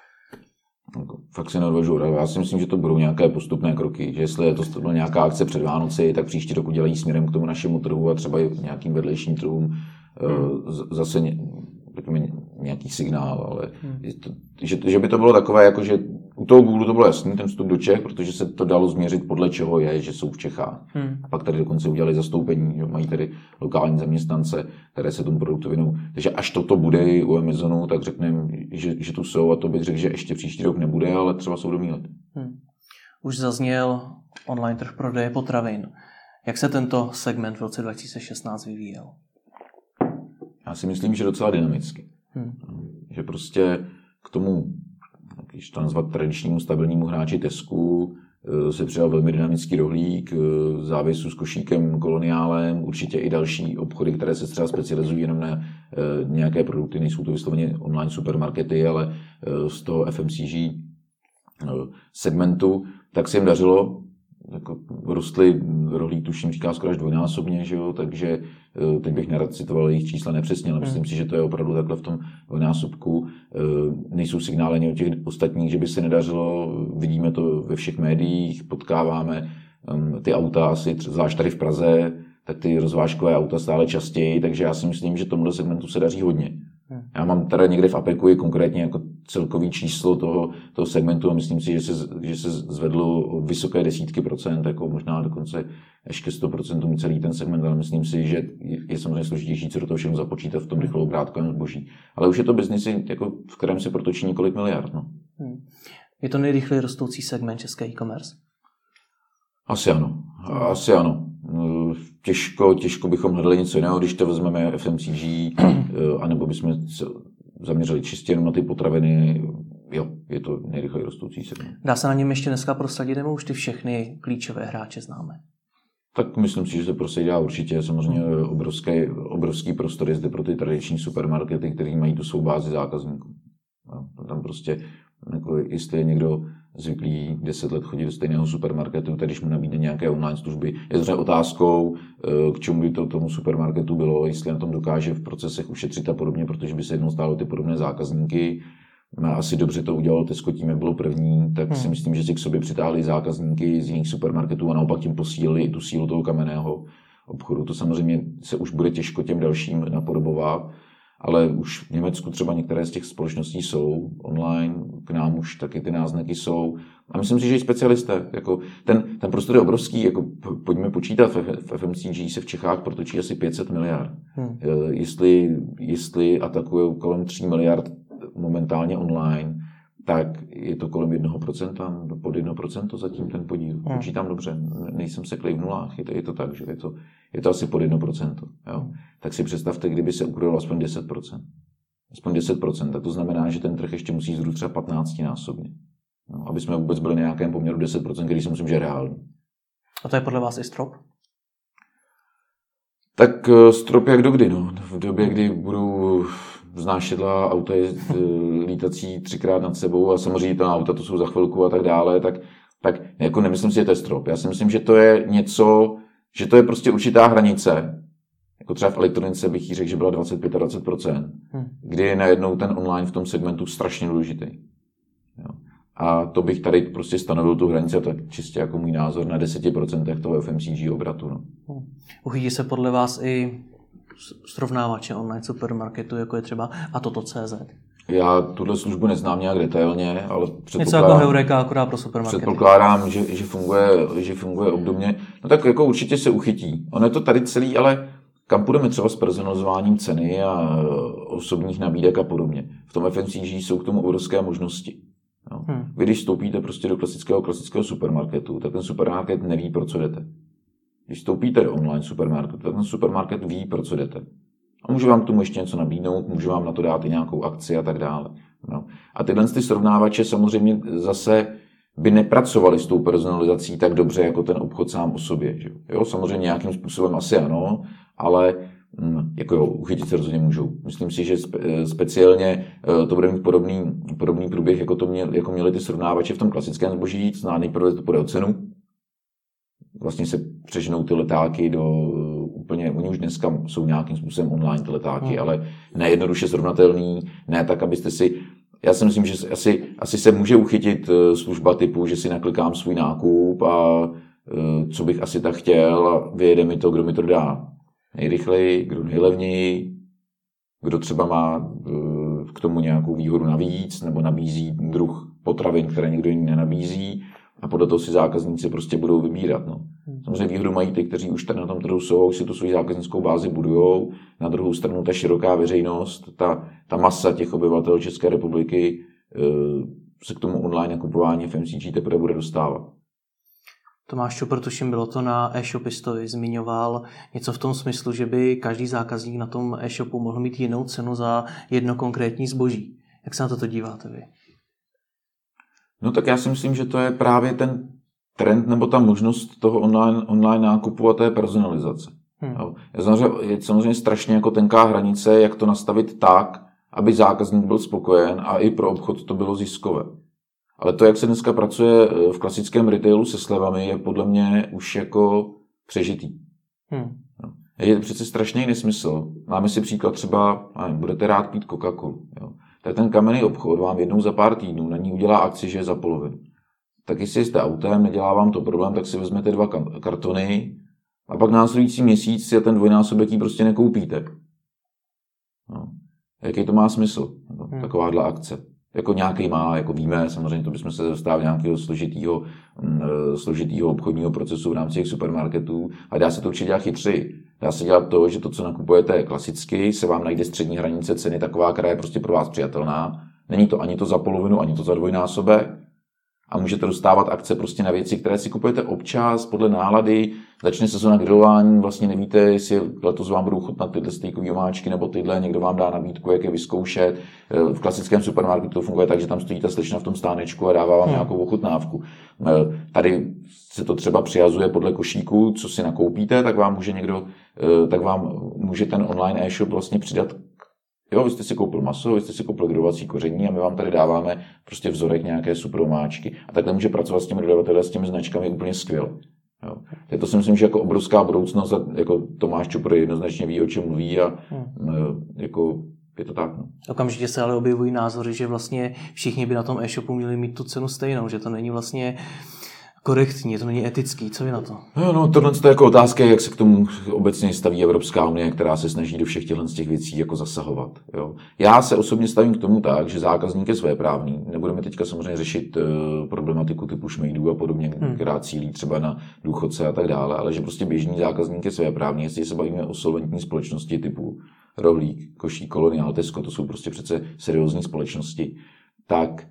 Speaker 2: Fakt si neodvažuji. Já si myslím, že to budou nějaké postupné kroky. Že jestli to byla nějaká akce před Vánoci, tak příští rok udělají směrem k tomu našemu trhu a třeba i nějakým vedlejším trhům zase nějaký signál. Ale že by to bylo takové, jako že u toho Google to bylo jasný, ten vstup do Čech, protože se to dalo změřit podle čeho je, že jsou v Čechách. A pak tady dokonce udělali zastoupení, že mají tady lokální zaměstnance, které se tomu produktu věnují. Takže až toto bude u Amazonu, tak řekneme, že tu jsou a to bych řekl, že ještě příští rok nebude, ale třeba jsou domílet.
Speaker 1: Už zazněl online trh prodeje potravin. Jak se tento segment v roce 2016 vyvíjel?
Speaker 2: Já si myslím, že docela dynamicky. Že prostě k tomu, když to nazvat tradičnímu stabilnímu hráči Tesku, se přidal velmi dynamický rohlík, závěsu s košíkem, koloniálem, určitě i další obchody, které se třeba specializují jenom na nějaké produkty, nejsou to vysloveně online supermarkety, ale z toho FMCG segmentu, tak se jim dařilo, jako rostly rohlík, tuším, říká skoro až dvojnásobně, že jo? Takže teď bych nerad citoval jejich čísla nepřesně, ale myslím si, že to je opravdu takhle v tom dvojnásobku. Nejsou signály ani od těch ostatních, že by se nedařilo, vidíme to ve všech médiích, potkáváme ty auta, asi zvlášť tady v Praze, tak ty rozvážkové auta stále častěji, takže já si myslím, že tomuto segmentu se daří hodně. Já mám tady někde v APECu i konkrétně jako celkový číslo toho segmentu a myslím si, že se zvedlo o vysoké desítky procent, jako možná dokonce až ke 100% celý ten segment, ale myslím si, že je samozřejmě složitější, co do toho všechno započítat v tom rychloobrátkové zboží. Ale už je to byznys, jako v kterém se protočí několik miliard. No.
Speaker 1: Je to nejrychleji rostoucí segment české e-commerce?
Speaker 2: Asi ano. Těžko bychom hledali něco jiného, když to vezmeme FMCG, anebo bychom se zaměřili čistě jenom na ty potraviny. Jo, je to nejrychleji rostoucí segment.
Speaker 1: Dá se na něm ještě dneska prosadit, nebo už ty všechny klíčové hráče známe?
Speaker 2: Tak myslím si, že se prosadí určitě. Samozřejmě obrovský prostor je zde pro ty tradiční supermarkety, které mají tu svou bázi zákazníků. Tam prostě, jako jestli je někdo zvyklý 10 let chodit do stejného supermarketu, tak když mu nabídne nějaké online služby, je třeba otázkou, k čemu by to tomu supermarketu bylo, jestli na tom dokáže v procesech ušetřit a podobně, protože by se jednou stálo ty podobné zákazníky. Asi dobře to udělal Tesco tím, jak bylo první, tak si myslím, že si k sobě přitáhli zákazníky z jiných supermarketů a naopak tím posílili tu sílu toho kamenného obchodu. To samozřejmě se už bude těžko těm dalším napodobovat, ale už v Německu třeba některé z těch společností jsou online, k nám už taky ty náznaky jsou. A myslím si, že i specialisté. Jako ten prostor je obrovský. Jako pojďme počítat, v FMCG se v Čechách protočí asi 500 miliard. Jestli atakují kolem 3 miliard momentálně online, tak je to kolem 1%, pod 1% zatím ten podíl. Počítám dobře, nejsem seklej v nulách, je to tak, že je to asi pod 1%. Jo? Tak si představte, kdyby se ukrojilo aspoň 10%. Aspoň 10%, tak to znamená, že ten trh ještě musí zrůst třeba 15násobně. No, aby jsme vůbec byli na nějakém poměru 10%, který si myslím, že je reálný.
Speaker 1: A to je podle vás i strop?
Speaker 2: Tak strop jak dokdy, no. V době, kdy budou vznášedla auta lítací 3krát nad sebou a samozřejmě ta auta to jsou za chvilku a tak dále, tak jako nemyslím si, že to je strop. Já si myslím, že to je něco, že to je prostě určitá hranice. Jako třeba v elektronice bych jí řekl, že byla 25-20%, kdy je najednou ten online v tom segmentu strašně důležitý. Jo. A to bych tady prostě stanovil tu hranici, a to je čistě jako můj názor, na 10% toho FMCG obratu. No.
Speaker 1: Uchytí se podle vás i srovnávače online supermarketu, jako je třeba Atoto.cz?
Speaker 2: Já tuhle službu neznám nějak detailně, ale
Speaker 1: něco jako Heureka, akorát pro supermarkety.
Speaker 2: Předpokládám, že funguje obdobně. No tak jako určitě se uchytí. Ono je to tady celý, ale kam půjdeme třeba s personalizováním ceny a osobních nabídek a podobně. V tom FMCG jsou k tomu obrovské možnosti. No. Vy když vstoupíte prostě do klasického supermarketu, tak ten supermarket neví, pro co jdete. Když vstoupíte do online supermarketu, tak ten supermarket ví, pro co jdete. A může vám k tomu ještě něco nabídnout, může vám na to dát i nějakou akci a tak dále. No. A tyhle ty srovnávače samozřejmě zase by nepracovaly s tou personalizací tak dobře, jako ten obchod sám o sobě. Že? Jo, samozřejmě nějakým způsobem asi ano, ale jako jo, uchytit se rozhodně můžou. Myslím si, že speciálně to bude mít podobný průběh, jako měli ty srovnávače v tom klasickém zboží, to nejprve to půjde o cenu. Vlastně se přeženou ty letáky do úplně, oni už dneska jsou nějakým způsobem online ty letáky, ale nejednoduše srovnatelný, ne tak, abyste si, já si myslím, že asi se může uchytit služba typu, že si naklikám svůj nákup a co bych asi tak chtěl a vyjede mi to, kdo mi to dá nejrychleji, kdo nejlevněji, kdo třeba má k tomu nějakou výhodu navíc nebo nabízí druh potravin, které nikdo jiný nenabízí. A podle toho si zákazníci prostě budou vybírat. No. Samozřejmě výhodu mají ty, kteří už tady na tom trhu jsou, si tu svou zákaznickou bázi budujou. Na druhou stranu ta široká veřejnost, ta masa těch obyvatel České republiky se k tomu online nakupování FMCG teprve bude dostávat.
Speaker 1: Tomáš Čopr, tuším, bylo to na e-shopistovi, zmiňoval něco v tom smyslu, že by každý zákazník na tom e-shopu mohl mít jinou cenu za jedno konkrétní zboží. Jak se na toto díváte vy?
Speaker 2: No tak já si myslím, že to je právě ten trend nebo ta možnost toho online nákupu a té personalizace. Je samozřejmě strašně jako tenká hranice, jak to nastavit tak, aby zákazník byl spokojen a i pro obchod to bylo ziskové. Ale to, jak se dneska pracuje v klasickém retailu se slevami, je podle mě už jako přežitý. Je přece strašný nesmysl. Máme si příklad třeba, budete rád pít Coca-Colu. Tak ten kamenný obchod vám jednou za pár týdnů na ní udělá akci, že je za polovinu. Tak jestli jste autem, nedělá vám to problém, tak si vezmete 2 kartony a pak následující měsíc si ten dvojnásobek jí prostě nekoupíte. Jaký to má smysl? Takováhle akce. Jako nějaký má, jako víme, samozřejmě to bychom se dostali nějakého složitýho obchodního procesu v rámci těch supermarketů, ale dá se to určitě dělat chytřeji. Dá se dělat to, že to, co nakupujete klasicky, se vám najde střední hranice ceny taková, která je prostě pro vás přijatelná. Není to ani to za polovinu, ani to za dvojnásobek. A můžete dostávat akce prostě na věci, které si kupujete občas, podle nálady. Začne sezóna grilování, vlastně nevíte, jestli letos vám budou chutnat tyhle stejkový omáčky nebo tyhle, někdo vám dá nabídku, jak je vyzkoušet. V klasickém supermarketu to funguje tak, že tam stojí ta slečna v tom stánečku a dává vám nějakou ochutnávku. Tady se to třeba přihazuje podle košíku, co si nakoupíte, tak vám může ten online e-shop vlastně přidat. Jo, vy jste si koupil maso, vy jste si koupil grilovací koření a my vám tady dáváme prostě vzorek nějaké super omáčky. A takhle může pracovat s těmi dodavateli, s těmi značkami úplně skvěle. Jo. To si myslím, že jako obrovská budoucnost, jako Tomáš Čopr jednoznačně ví, o čem mluví a jako je to tak. No.
Speaker 1: Okamžitě se ale objevují názory, že vlastně všichni by na tom e-shopu měli mít tu cenu stejnou, že to není vlastně korektní, to není etický. Co vy na to?
Speaker 2: No, tohle je jako otázka, jak se k tomu obecně staví Evropská unie, která se snaží do všech těch věcí jako zasahovat. Jo. Já se osobně stavím k tomu tak, že zákazník je svéprávný. Nebudeme teďka samozřejmě řešit problematiku typu šmejdů a podobně, která cílí třeba na důchodce a tak dále, ale že prostě běžný zákazník je svéprávný. Jestli se bavíme o solventní společnosti typu Rohlík, Košík, Koloniál, Tesco, to jsou prostě přece seriózní společnosti, tak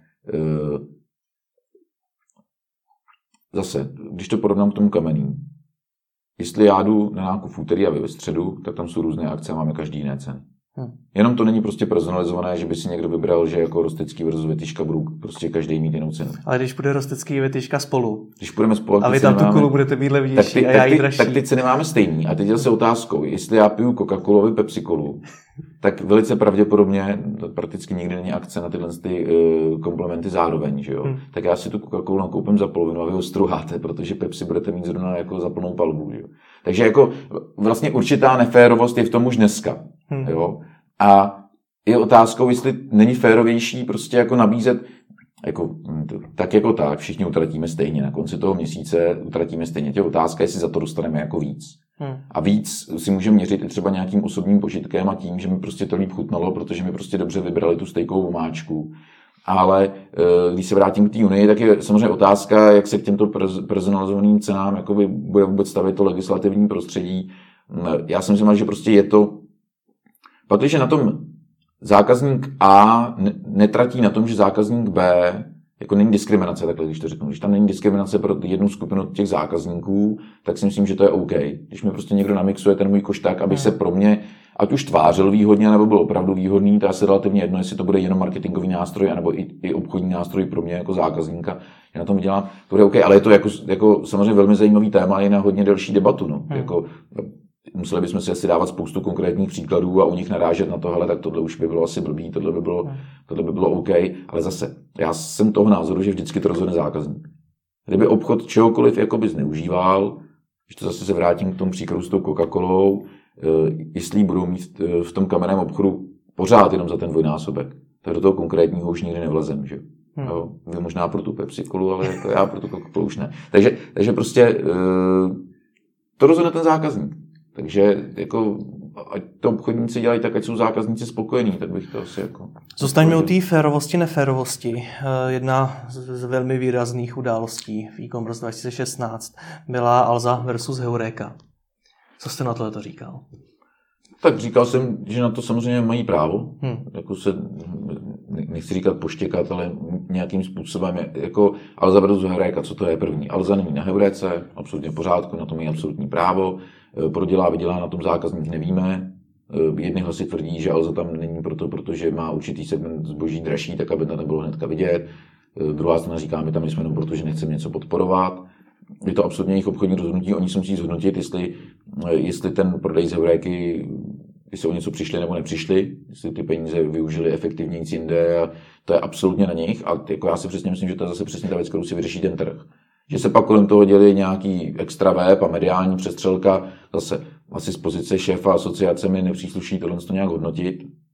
Speaker 2: zase, když to porovnám k tomu kamenným, jestli já jdu na nákup v úterý a vy ve středu, tak tam jsou různé akce a máme každý jiné ceny. Jenom to není prostě personalizované, že by si někdo vybral, že jako Rostecký versus Vetyška budou prostě každý mít jinou cenu.
Speaker 1: Ale když bude Rostecký a Vetyška spolu,
Speaker 2: když půjdeme spolu,
Speaker 1: a vy tam tu kolu budete mít levnější a já ji dražší.
Speaker 2: Tak ty ceny máme stejný. A teď je se otázkou, jestli já piju Coca-Colu a Pepsi Colu, tak velice pravděpodobně, prakticky nikdy není akce na tyhle komplementy zároveň, že jo? Tak já si tu Coca-Colu nakoupím za polovinu a vy ho struháte, protože Pepsi budete mít zrovna jako za plnou palbu, že jo? Takže jako vlastně určitá neférovost je v tom už dneska, jo? A je otázkou, jestli není férovější prostě jako nabízet tak, všichni utratíme stejně. Na konci toho měsíce utratíme stejně. Je otázka, jestli za to dostaneme jako víc. A víc si můžeme měřit i třeba nějakým osobním požitkem a tím, že mi prostě to líp chutnalo, protože mi prostě dobře vybrali tu stejkovou omáčku. Ale když se vrátím k té Unii, tak je samozřejmě otázka, jak se k těmto personalizovaným cenám jakoby bude vůbec stavit to legislativní prostředí. Já si myslím, že prostě je to. Pak, když na tom zákazník A netratí na tom, že zákazník B, jako není diskriminace, takhle když to řeknu. Když tam není diskriminace pro jednu skupinu těch zákazníků, tak si myslím, že to je OK. Když mi prostě někdo namixuje ten můj koš tak, aby se pro mě, ať už tvářil výhodně, nebo byl opravdu výhodný, to je asi relativně jedno, jestli to bude jenom marketingový nástroj, anebo i obchodní nástroj pro mě jako zákazníka, že na tom vydělám, to bude OK, ale je to jako samozřejmě velmi zajímavý téma, je na hodně delší debatu. No. Jako, museli bychom si asi dávat spoustu konkrétních příkladů a u nich narážet na to, hele, tak tohle už by bylo asi blbý, tohle by bylo OK, ale zase, já jsem toho názoru, že vždycky to rozhodne zákazník. Kdyby obchod čehokoliv jakoby zneužíval, když to zase se vrátím k tomu příkladu s tou Coca-Colou, jestli budou mít v tom kamenném obchodu pořád jenom za ten dvojnásobek, tak do toho konkrétního už nikdy nevlezem, že? Jo, vy možná pro tu Pepsi Colu, ale jako já pro tu Coca-Colu už ne. Takže prostě to rozhodne ten zákazník. Takže jako, ať to obchodníci dělají tak, ať jsou zákazníci spokojení, tak bych to asi jako.
Speaker 1: Zůstaňme u té férovosti, neférovosti. Jedna z velmi výrazných událostí v e-commerce 2016 byla Alza versus Heureka. Co jste na tohle to říkal?
Speaker 2: Tak říkal jsem, že na to samozřejmě mají právo. Jako se, nechci říkat poštěkat, ale nějakým způsobem, jako Alza versus Heureka, co to je první? Alza není na Heuréce, absolutně v pořádku, na to mají absolutní právo, vydělá na tom zákazník, nevíme. Jedny hlasy tvrdí, že Alza tam není protože má určitý segment zboží dražší, tak aby to nebylo hnedka vidět. Druhá strana říká, my tam jsme jenom protože nechceme něco podporovat. Je to absolutně jejich obchodní rozhodnutí, oni se musí zhodnotit, jestli ten prodej z Heuréky, jestli o něco přišli nebo nepřišli, jestli ty peníze využili efektivně nic jinde, a to je absolutně na nich. A jako já si přesně myslím, že to je zase přesně ta věc, kterou si vyřeší ten trh. Že se pak kolem toho dělí nějaký extra web a mediální přestřelka, zase asi z pozice šéfa asociace mi nepřísluší tohle to nějak hodnotit,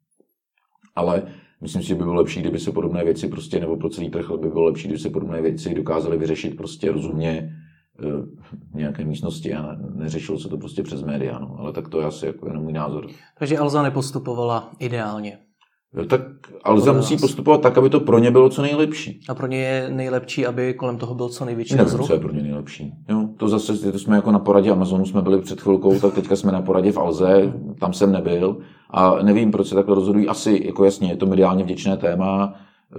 Speaker 2: ale myslím si, že by bylo lepší, kdyby se podobné věci prostě, nebo pro celý trh by bylo lepší, kdyby se podobné věci dokázaly vyřešit prostě rozumně v nějaké místnosti a neřešilo se to prostě přes média, no. Ale tak to je asi jako jenom můj názor.
Speaker 1: Takže Alza nepostupovala ideálně.
Speaker 2: Tak Alza musí postupovat tak, aby to pro ně bylo co nejlepší.
Speaker 1: A pro ně je nejlepší, aby kolem toho byl co největší
Speaker 2: rozruch? Co je pro ně nejlepší. Jo, to zase to jsme jako na poradě Amazonu jsme byli před chvilkou, tak teďka jsme na poradě v Alze, tam jsem nebyl a nevím, proč se takhle rozhodují. Asi, jako jasně, je to mediálně vděčné téma,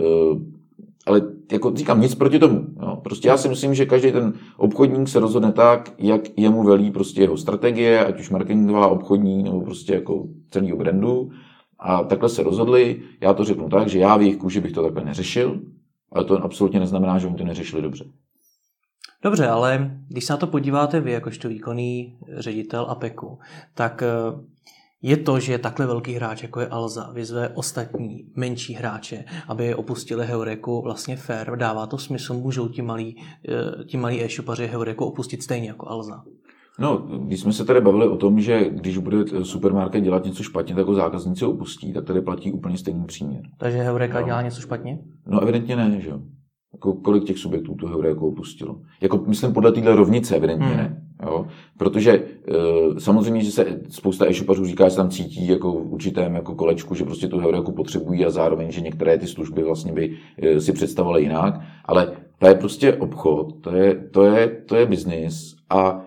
Speaker 2: ale jako říkám, nic proti tomu. Jo. Prostě já si myslím, že každý ten obchodník se rozhodne tak, jak jemu velí prostě jeho strategie, ať už marketingová, obchodní, nebo prostě jako celého brandu. A takhle se rozhodli, já to řeknu tak, že já v jejich kůži bych to takhle neřešil, ale to absolutně neznamená, že oni to neřešili dobře.
Speaker 1: Dobře, ale když se na to podíváte vy, jakožto výkonný ředitel APEKu, tak je to, že takhle velký hráč, jako je Alza, vyzve ostatní menší hráče, aby opustili Heuréku, vlastně fair, dává to smysl, můžou ti malí e-shopaři Heuréku opustit stejně jako Alza?
Speaker 2: No, když jsme se tady bavili o tom, že když bude supermarket dělat něco špatně, tak ho zákazníci opustí, tak tady platí úplně stejný příměr.
Speaker 1: Takže Heuréka dělá něco špatně?
Speaker 2: No, evidentně ne, že jo. Jako kolik těch subjektů tu Heuréku opustilo? Jako myslím podle téhle rovnice evidentně ne. Jo? Protože samozřejmě, že se spousta e-shopařů říká, že se tam cítí jako v určitém jako kolečku, že prostě tu Heuréku potřebují a zároveň, že některé ty služby vlastně by si představovaly jinak, ale to je prostě obchod, to je biznis a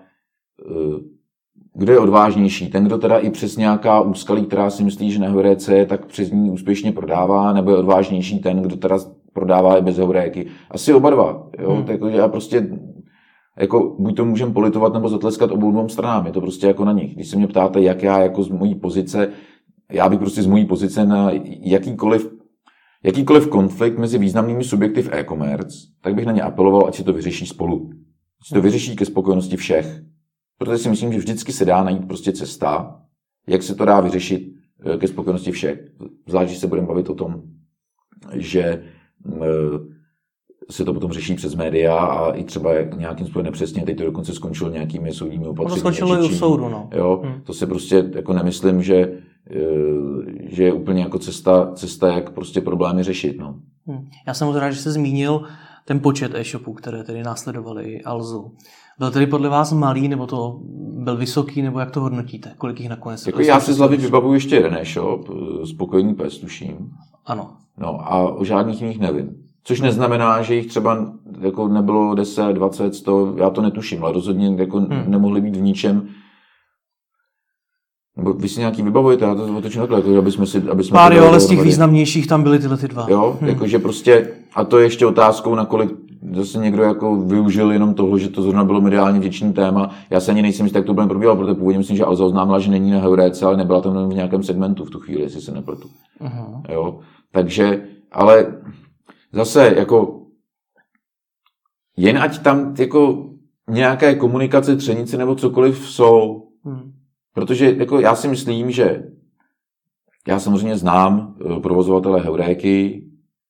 Speaker 2: kdo je odvážnější? Ten, kdo teda i přes nějaká úskalí, která si myslí, že na Heuréce je, tak přes ní úspěšně prodává, nebo je odvážnější ten, kdo teda prodává i bez Heuréky? Asi oba dva. Jo? Takže já prostě jako buď to můžeme politovat nebo zatleskat obou dvou stranám. Je to prostě jako na nich. Když se mě ptáte, jak já jako z mojí pozice, já bych prostě z mojí pozice na jakýkoliv konflikt mezi významnými subjekty v e-commerce, tak bych na ně apeloval, ať si to vyřeší spolu. Ať si to vyřeší ke spokojenosti všech. Protože si myslím, že vždycky se dá najít prostě cesta, jak se to dá vyřešit ke spokojenosti všech. Zvlášť, když se budeme bavit o tom, že se to potom řeší přes média a i třeba nějakým způsobem nepřesně. Teď to dokonce skončilo nějakými soudními opatřeními.
Speaker 1: To skončilo i u soudu, no.
Speaker 2: Jo, to si prostě jako nemyslím, že je úplně jako cesta, jak prostě problémy řešit, no.
Speaker 1: Já jsem moc rád, že jste zmínil ten počet e-shopů, které tedy následovaly Alzu. Byl tedy podle vás malý, nebo to byl vysoký, nebo jak to hodnotíte? Kolik jich nakonec?
Speaker 2: Jako já si z hlavy vybavuju ještě jeden e-shop, Spokojený pes, tuším.
Speaker 1: Ano.
Speaker 2: No a o žádných jiných nevím. Což neznamená, že jich třeba jako nebylo 10, 20, 100, já to netuším, ale rozhodně jako nemohli být v ničem. Nebo vy si nějaký vybavujete, já to otočím takhle, jako aby jsme
Speaker 1: pár jo, ale z těch významnějších tam byly tyhle ty dva.
Speaker 2: Jo, jakože prostě, a to je ještě otázkou, nakolik zase někdo jako využil jenom toho, že to zrovna bylo mediálně vděčný téma. Já se ani nejsem jistý, jak to úplně probíhalo, protože původně myslím, že Alza oznámila, že není na Heuréce, ale nebyla tam v nějakém segmentu v tu chvíli, jestli se nepletu. Jo, takže, ale zase jako jen ať tam jako nějaké komunikace, třenice nebo cokoliv jsou. Protože jako já si myslím, že já samozřejmě znám provozovatele Heuréky,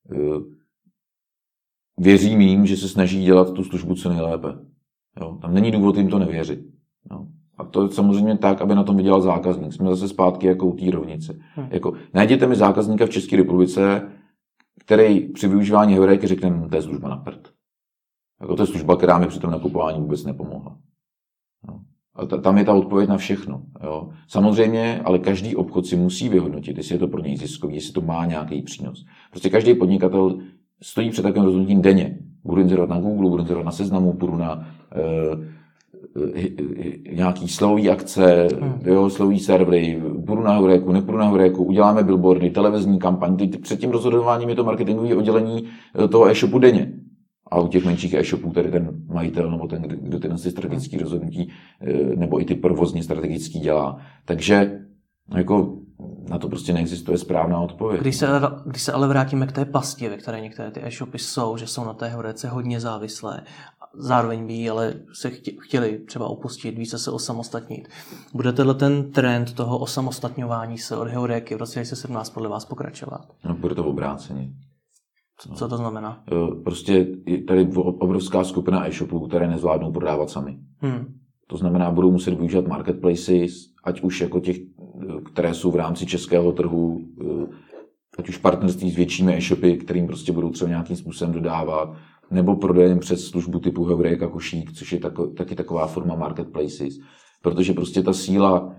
Speaker 2: věřím jim, že se snaží dělat tu službu co nejlépe. Jo? Tam není důvod jim to nevěřit. Jo? A to je samozřejmě tak, aby na tom vydělal zákazník. Jsme zase zpátky jako u té rovnice. Jako, najděte mi zákazníka v České republice, který při využívání Heuréky řekne, to je služba na prd. Jako to je služba, která mi při tom nakupování vůbec nepomohla. Jo? A tam je ta odpověď na všechno. Jo. Samozřejmě, ale každý obchod si musí vyhodnotit, jestli je to pro něj ziskový, jestli to má nějaký přínos. Prostě každý podnikatel stojí před takovým rozhodnutím denně. Budu inzerovat na Google, budu inzerovat na Seznamu, budu nějaký slový akce, slový servery, půjdu na Heuréku, nepůjdu na Heuréku, uděláme billboardy, televizní kampaň. Před tím rozhodováním je to marketingové oddělení toho e-shopu denně. A u těch menších e-shopů tady ten majitel nebo ten, kdo ty strategické rozhodnutí nebo i ty provozně strategické dělá. Takže jako na to prostě neexistuje správná odpověď.
Speaker 1: Když se ale vrátíme k té pasti, ve které některé ty e-shopy jsou, že jsou na té Heuréce hodně závislé, zároveň by ale se chtěli třeba opustit, více se osamostatnit. Bude ten trend toho osamostatňování se od Heuréky v roce 2017 podle vás pokračovat?
Speaker 2: No, bude to v obráceně.
Speaker 1: Co to znamená?
Speaker 2: Prostě je tady obrovská skupina e-shopů, které nezvládnou prodávat sami. To znamená, budou muset využívat marketplaces, ať už jako těch, které jsou v rámci českého trhu, ať už partnerství s většími e-shopy, kterým prostě budou třeba nějakým způsobem dodávat, nebo prodejem přes službu typu Heuréka Košík, což je taky taková forma marketplaces. Protože prostě ta síla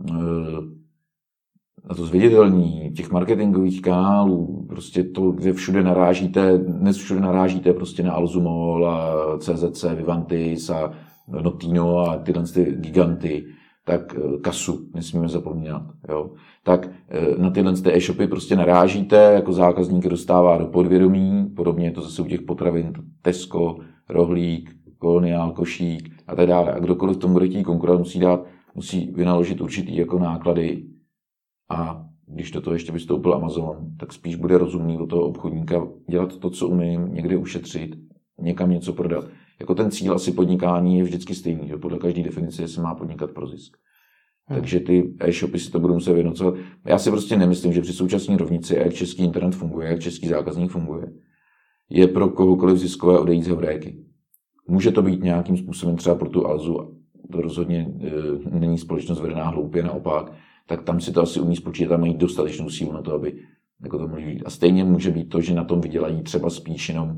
Speaker 2: na to zviditelní těch marketingových kanálů, prostě to, kde dnes všude narážíte prostě na Alzumol a CZC, Vivantis a Notino a tyhle giganty, tak Kasu nesmíme zapomínat. Jo. Tak na tyhle e-shopy prostě narážíte, jako zákazník dostává do podvědomí, podobně je to zase u těch potravin, Tesco, Rohlík, Koloniál, Košík a tak dále. A kdokoliv tomu bude chtít konkurovat, musí vynaložit určitý jako náklady. A když do toho ještě vystoupil Amazon, tak spíš bude rozumný od toho obchodníka dělat to, co umím, někde ušetřit, někam něco prodat. Jako ten cíl asi podnikání je vždycky stejný, že podle každé definice se má podnikat pro zisk. Takže ty e-shopy si to budou muset vyhodnocovat. Já si prostě nemyslím, že při současné rovnici, jak český internet funguje, jak český zákazník funguje, je pro kohokoliv ziskové odejít z Heuréky. Může to být nějakým způsobem třeba pro tu Alzu, to rozhodně není společnost vedená hloupě, naopak, tak tam si to asi umí spočítat a mají dostatečnou sílu na to, aby jako to mohli být. A stejně může být to, že na tom vydělají třeba spíš jenom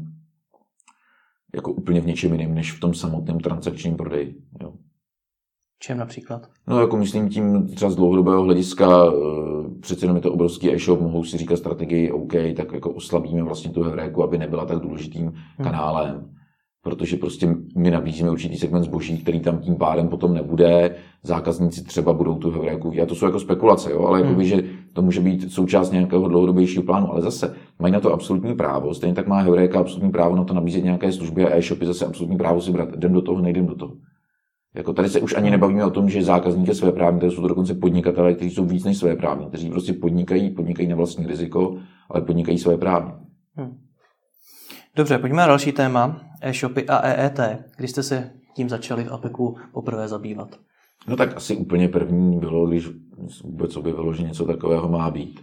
Speaker 2: jako úplně v něčem jiném, než v tom samotném transakčním prodeji. Jo.
Speaker 1: Čem například?
Speaker 2: No jako myslím tím třeba z dlouhodobého hlediska, přece jenom je to obrovský e-shop, mohou si říkat strategii OK, tak jako oslabíme vlastně tu Heuréku, aby nebyla tak důležitým kanálem. Protože prostě my nabízíme určitý segment zboží, který tam tím pádem potom nebude. Zákazníci třeba budou tu Heuréku. A to jsou jako spekulace, jo? Ale jakoby, že to může být součást nějakého dlouhodobějšího plánu. Ale zase mají na to absolutní právo. Stejně tak má Heuréka absolutní právo na to nabízet nějaké služby a e-shopy zase absolutní právo si brát. Jdem do toho, nejdem do toho. Jako tady se už ani nebavíme o tom, že zákazník je svéprávný, tady jsou to dokonce podnikatelé, kteří jsou víc než svéprávní, kteří prostě podnikají na vlastní riziko, ale podnikají svéprávně.
Speaker 1: Dobře, pojďme na další téma, e-shopy a EET. Když jste se tím začali v APEKu poprvé zabývat?
Speaker 2: No tak asi úplně první bylo, když vůbec objevilo, že něco takového má být.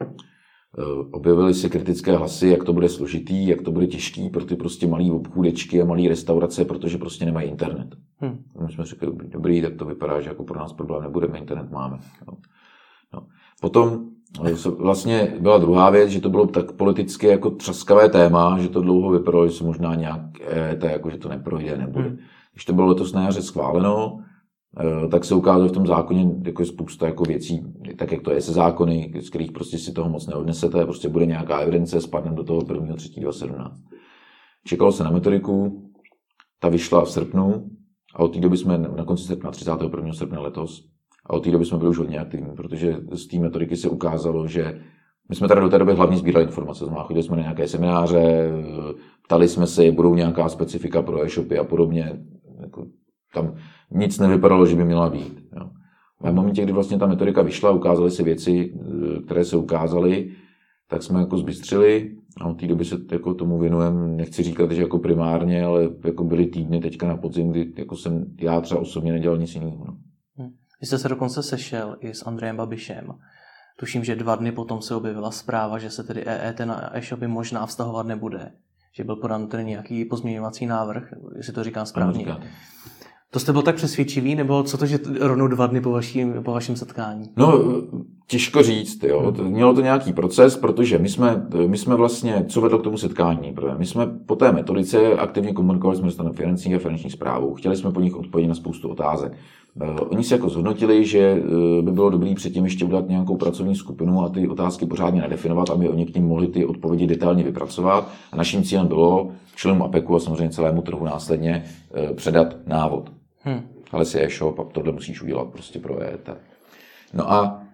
Speaker 2: Objevily se kritické hlasy, jak to bude složitý, jak to bude těžký pro ty prostě malý obchůdečky a malý restaurace, protože prostě nemají internet. My jsme řekli, dobrý, tak to vypadá, že jako pro nás problém nebude, my internet máme. No. Potom vlastně byla druhá věc, že to bylo tak politicky jako třaskavé téma, že to dlouho vypadalo, že se možná nějak jako, že to neprojde, nebude. Když to bylo letos na jaře schváleno, tak se ukázalo v tom zákoně jako spousta jako věcí, tak jak to je se zákony, z kterých prostě si toho moc neodnesete, prostě bude nějaká evidence, spadneme do toho 1.3.2017. Čekalo se na metodiku, ta vyšla v srpnu a od té doby jsme na konci srpna, 31. srpna letos, a od té doby jsme byli už hodně aktivní, protože z té metodiky se ukázalo, že my jsme tady do té doby hlavně sbírali informace. Chodili jsme na nějaké semináře, ptali jsme se, budou nějaká specifika pro e-shopy a podobně. Jako, tam nic nevypadalo, že by měla být. Jo. A v momentě, kdy vlastně ta metodika vyšla, ukázaly se věci, které se ukázaly, tak jsme jako zbystřili a od té doby se jako tomu věnujeme, nechci říkat, že jako primárně, ale jako byly týdny teďka na podzim, kdy jako já třeba osobně nedělal nic jiného. No.
Speaker 1: Vy jste se dokonce sešel i s Andrejem Babišem. Tuším, že 2 dny potom se objevila zpráva, že se tedy EET na e-shopy možná vztahovat nebude. Že byl podán tedy nějaký pozměňovací návrh, jestli to říkám správně. To jste byl tak přesvědčivý, nebo co to, že rovnou 2 dny po vašem setkání?
Speaker 2: No, těžko říct, jo. Mělo to nějaký proces, protože my jsme vlastně, co vedlo k tomu setkání? My jsme po té metodice aktivně komunikovali s Ministerstvem financí a finanční správou. Chtěli jsme po nich odpovědět na spoustu otázek. Oni si jako zhodnotili, že by bylo dobré předtím ještě udělat nějakou pracovní skupinu a ty otázky pořádně nadefinovat, aby oni k nim mohli ty odpovědi detailně vypracovat. A naším cílem bylo členům APEKu a samozřejmě celému trhu následně předat návod. ale si e-shop a tohle musíš udělat prostě pro EET. No a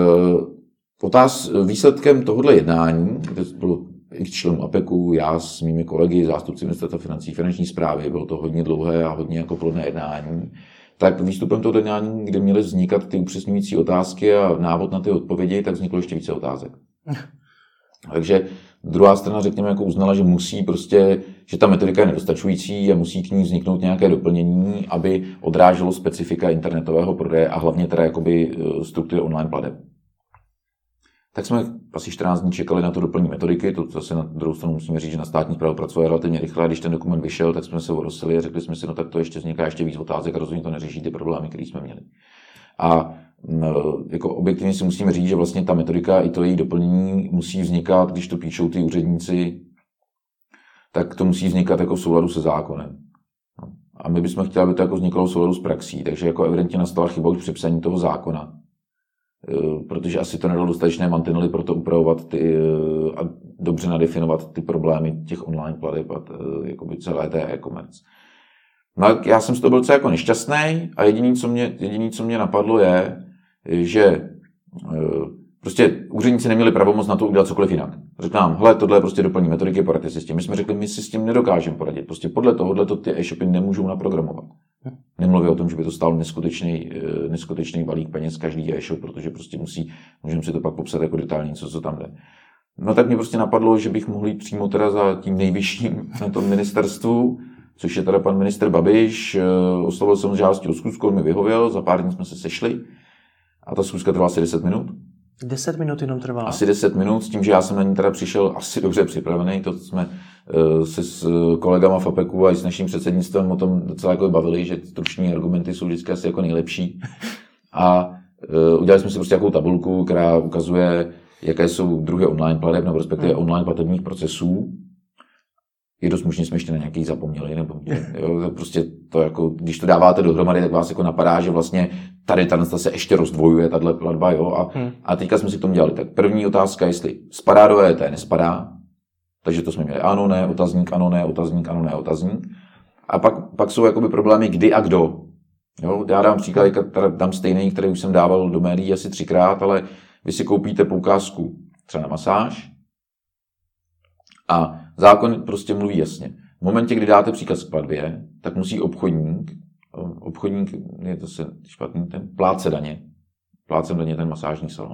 Speaker 2: výsledkem tohohle jednání, kde bylo x členů APECu, já s mými kolegy, zástupci ministerstva financí, finanční správy, bylo to hodně dlouhé a hodně jako plodné jednání, tak výstupem toho jednání, kde měly vznikat ty upřesňující otázky a návod na ty odpovědi, tak vzniklo ještě více otázek. Takže druhá strana, řekněme, jako uznala, že musí prostě, že ta metodika je nedostačující a musí k ní vzniknout nějaké doplnění, aby odráželo specifika internetového prodeje a hlavně teda jakoby struktury online plateb. Tak jsme asi 14 dní čekali na to doplnění metodiky, to zase na druhou stranu musíme říct, že na státní správu pracovali relativně rychle, a když ten dokument vyšel, tak jsme se orosili a řekli jsme si, no tak to ještě vzniká ještě víc otázek a rozhodně to neřeší ty problémy, které jsme měli. A jako objektivně si musíme říct, že vlastně ta metodika i to její doplnění musí vznikat, když to píšou ty úředníci, tak to musí vznikat jako v souladu se zákonem. A my bychom chtěli, aby to jako vzniklo v souladu s praxí, takže jako evidentně nastala chyba už při psaní toho zákona. Protože asi to nedalo dostatečné mantinely pro to upravovat a dobře nadefinovat ty problémy těch online plateb a jakoby celé té e-commerce. No a já jsem z toho byl celý jako nešťastný a jediný, co mě napadlo je, že prostě úředníci neměli pravomoc na to udělat cokoliv jinak. Řekl nám, hele, tohle je prostě doplní metodiky, poradit si s tím. My jsme řekli, my si s tím nedokážeme poradit. Prostě podle tohoto ty e-shopy nemůžou naprogramovat. Nemluví o tom, že by to stálo neskutečný balík peněz každý e-shop, protože prostě můžeme si to pak popsat jako detailně, co tam jde. No tak mě prostě napadlo, že bych mohl jít přímo teda za tím nejvyšším na tom ministerstvu, což je teda pan ministr Babiš. Oslovil jsem žádosti o schůzku, on mi vyhověl, za pár dní jsme se sešli a ta schůzka trvala asi 10 minut.
Speaker 1: 10 minut jenom trvala?
Speaker 2: Asi 10 minut, s tím, že já jsem na ní teda přišel asi dobře připravený. To jsme se s kolegama v APECu a i s naším předsednictvem o tom docela jako bavili, že struční argumenty jsou vždycky asi jako nejlepší. A udělali jsme si prostě takovou tabulku, která ukazuje, jaké jsou druhy online plateb, nebo respektive online platebních procesů. Je dost možný, jsme ještě na nějaký zapomněli, nebo jo, prostě to jako, když to dáváte dohromady, tak vás jako napadá, že vlastně tady se ještě rozdvojuje tahle platba, jo, a teďka jsme si k tomu dělali. Tak první otázka, jestli spadá do EET, nespadá, takže to jsme měli ano, ne, otazník, ano, ne, otazník, ano, ne, otazník. A pak jsou jakoby problémy kdy a kdo. Jo, já dám příklad, dám stejný, který už jsem dával do médií asi 3krát, ale vy si koupíte poukázku třeba na masáž a zákon prostě mluví jasně. V momentě, kdy dáte příkaz k platbě, tak musí obchodník je to špatný, ten plátce daně ten masážní salon,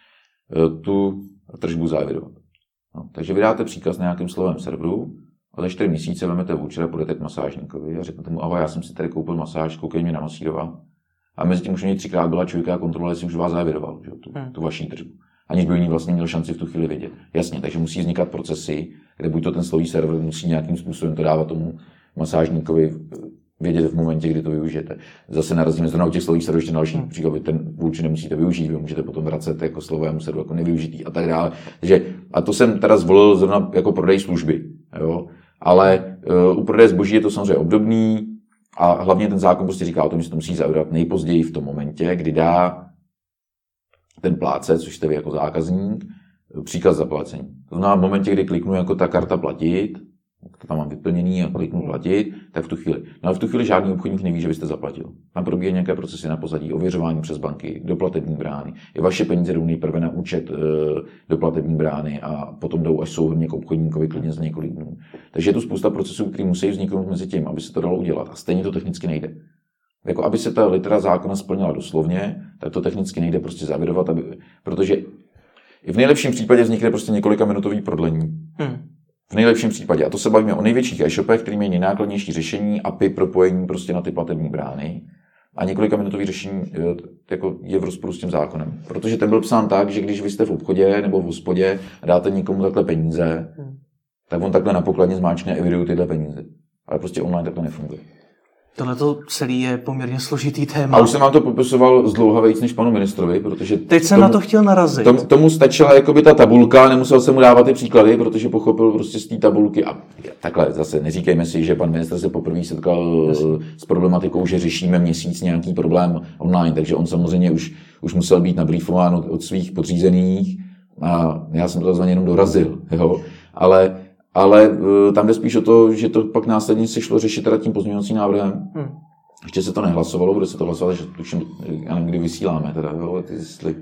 Speaker 2: tu tržbu zaevidovat. No, takže vydáte příkaz na nějakém slovém serveru a za 4 měsíce vezmete voucher a půjdete k masážníkovi a řeknete mu, ahoj, já jsem si tady koupil masáž, koukej mě namasírovat. A mezi tím už mě 3krát byla člověka a kontrola, jestli už vás zaevidoval, tu vaší tržbu. Aniž by o ní vlastně měl šanci v tu chvíli vědět. Jasně, takže musí vznikat procesy, kde buď to ten slový server musí nějakým způsobem to dávat tomu masážníkovi vědět v momentě, kdy to využijete. Zase narazíme zrovna u těch slových serverů ještě další příklad, ten voucher nemusíte využít, vy můžete potom vracet jako slovému serveru jako nevyužitý a tak dále. Takže, a to jsem teda zvolil zrovna jako prodej služby, jo? Ale u prodeje zboží je to samozřejmě obdobný a hlavně ten zákon prostě říká o tom, že se to musí zaujat nejpozději v tom momentě, kdy dá ten plátce, což jste vy jako zákazník, příkaz zaplacení. To znamená, v momentě, kdy kliknu jako ta karta platit, to tam mám vyplněný a kliknu platit, tak v tu chvíli. No ale v tu chvíli žádný obchodník neví, že byste zaplatil. Tam probíhají nějaké procesy na pozadí, ověřování přes banky, do platební brány. I vaše peníze jdou nejprve na účet do platební brány a potom jdou až souhrnně k obchodníkovi klidně za několik dnů. Takže je tu spousta procesů, které musí vzniknout mezi tím, aby se to dalo udělat. A stejně to technicky nejde. Jako aby se ta litera zákona splnila doslovně, tak to technicky nejde prostě zavidovat, protože i v nejlepším případě vznikne prostě několika minutový prodlení. V nejlepším případě. A to se bavíme o největších e-shopech, který mají nejnákladnější řešení, API propojení prostě na ty platební brány. A několika minutový řešení jako je v rozporu s tím zákonem. Protože ten byl psán tak, že když vy jste v obchodě nebo v hospodě a dáte někomu takhle peníze, tak on takhle na pokladně zmáčkne a eviduje tyhle peníze. Ale prostě online tak to nefunguje.
Speaker 1: Tohleto celý je poměrně složitý téma.
Speaker 2: A už jsem vám to popisoval zdlouhavějc než panu ministrovi, protože...
Speaker 1: Teď jsem na to chtěl narazit.
Speaker 2: Tomu stačila jakoby ta tabulka, nemusel jsem mu dávat ty příklady, protože pochopil prostě z té tabulky. A takhle zase neříkejme si, že pan ministr se poprvé setkal s problematikou, že řešíme měsíc nějaký problém online, takže on samozřejmě už musel být nabrýfován od svých podřízených a já jsem to takzvaně jenom dorazil, jo. Ale tam jde spíš o to, že to pak následně se šlo řešit teda tím pozměňovacím návrhem. Ještě se to nehlasovalo, bude se to hlasovat, že tuším, já nevím, kdy vysíláme, teda, jo, jestli...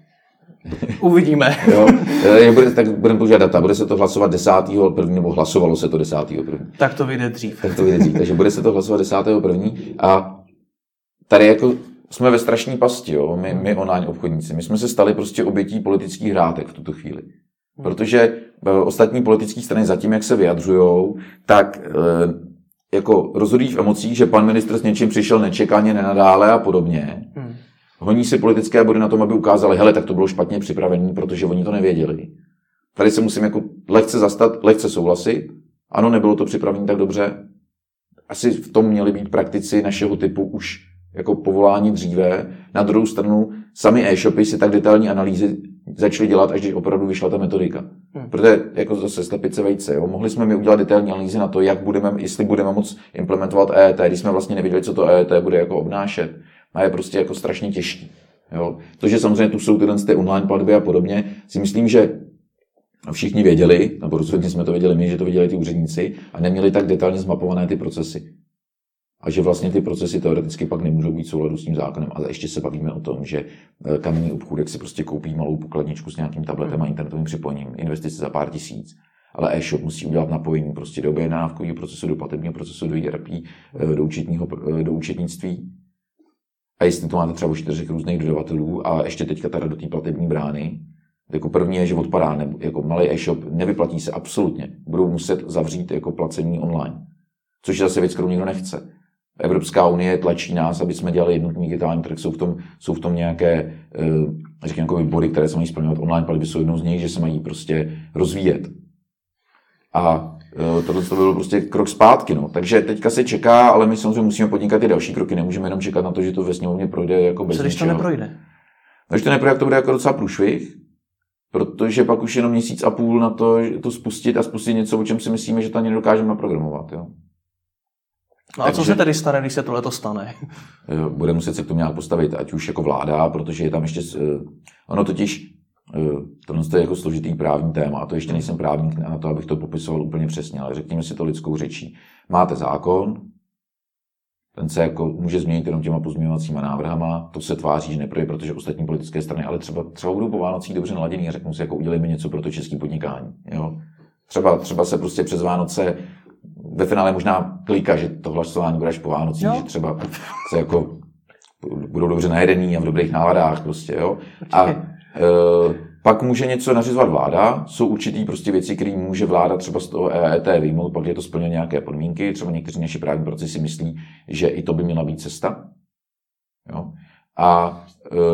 Speaker 1: Uvidíme.
Speaker 2: Jo, tak budeme používat data, bude se to hlasovat 10.1. nebo hlasovalo se to 10.1.
Speaker 1: Tak to vyjde dřív.
Speaker 2: Takže bude se to hlasovat 10.1. A tady jako jsme ve strašné pasti, jo, my online obchodníci. My jsme se stali prostě obětí politických hrátek v tuto chvíli. Protože ostatní politické strany zatím, jak se vyjadřujou, tak jako rozhodují v emocích, že pan ministr s něčím přišel nečekaně, nenadále a podobně. Honí si politické body na tom, aby ukázali, hele, tak to bylo špatně připravené, protože oni to nevěděli. Tady se musím jako lehce zastat, lehce souhlasit. Ano, nebylo to připravené tak dobře. Asi v tom měli být praktici našeho typu už jako povolání dříve. Na druhou stranu, sami e-shopy si tak detailní analýzy začaly dělat, až když opravdu vyšla ta metodika. Protože jako zase slepice vejce, jo, mohli jsme mi udělat detailní analýzy na to, jestli budeme moct implementovat EET, když jsme vlastně nevěděli, co to EET bude jako obnášet. A je prostě jako strašně těžký. Jo. To, že samozřejmě tu jsou ty online platby a podobně, si myslím, že všichni věděli, nebo rozhodně jsme to věděli my, že to věděli ty úředníci a neměli tak detailně zmapované ty procesy. A že vlastně ty procesy teoreticky pak nemůžou být v souladu s tím zákonem. Ale ještě se bavíme o tom, že kamenný obchůdek si prostě koupí malou pokladničku s nějakým tabletem a internetovým připojením, investice za pár tisíc. Ale e-shop musí udělat napojení prostě do objednávkového procesu, do platebního procesu, do ERP, do účetnictví. A jestli to máte třeba 4 různých dodavatelů a ještě teďka teda do té platební brány, jako první je, že odpadá, nebo jako malý e-shop, nevyplatí se absolutně. Budou muset zavřít jako placení online. Což je zase věc, kterou nikdo nechce. Evropská unie tlačí nás, aby jsme dělali jednotný digitální trh, jsou v tom nějaké, řekněme, jako body, které se mají splňovat. Online platby jsou jednou z nich, že se mají prostě rozvíjet. A tohle to bylo prostě krok zpátky, no. Takže teďka se čeká, ale my samozřejmě musíme podnikat i další kroky. Nemůžeme jenom čekat na to, že to ve sněmovně projde jako bez ničeho.
Speaker 1: Co když to neprojde?
Speaker 2: Když to neprojde, jak to bude jako docela průšvih, protože pak už jenom měsíc a půl na to spustit něco, o čem si myslíme, že to ani nedokážeme naprogramovat, jo.
Speaker 1: No a co se tedy stane, když se tohleto stane?
Speaker 2: Bude muset se k tomu nějak postavit, ať už jako vláda, protože je tam ještě... Ono totiž... To je jako složitý právní téma, a to ještě nejsem právník na to, abych to popisoval úplně přesně, ale řekněme si to lidskou řečí. Máte zákon, ten se jako může změnit jenom těma pozměňovacíma návrhama, to se tváří, že neprojde, protože ostatní politické strany, ale třeba budou po Vánocích dobře naladěný a řeknou si, jako udělejme něco pro to české podnikání. Jo? Třeba se prostě přes Vánoce ve finále možná klika, že to hlasování bude až po Vánocích, že třeba se jako budou dobře najedený a v dobrých náladách prostě, jo. A pak může něco nařizovat vláda, jsou určitý prostě věci, které může vláda třeba z toho EET vyjmout, pak je to splňuje nějaké podmínky, třeba někteří naši právní procesy myslí, že i to by měla být cesta. Jo. A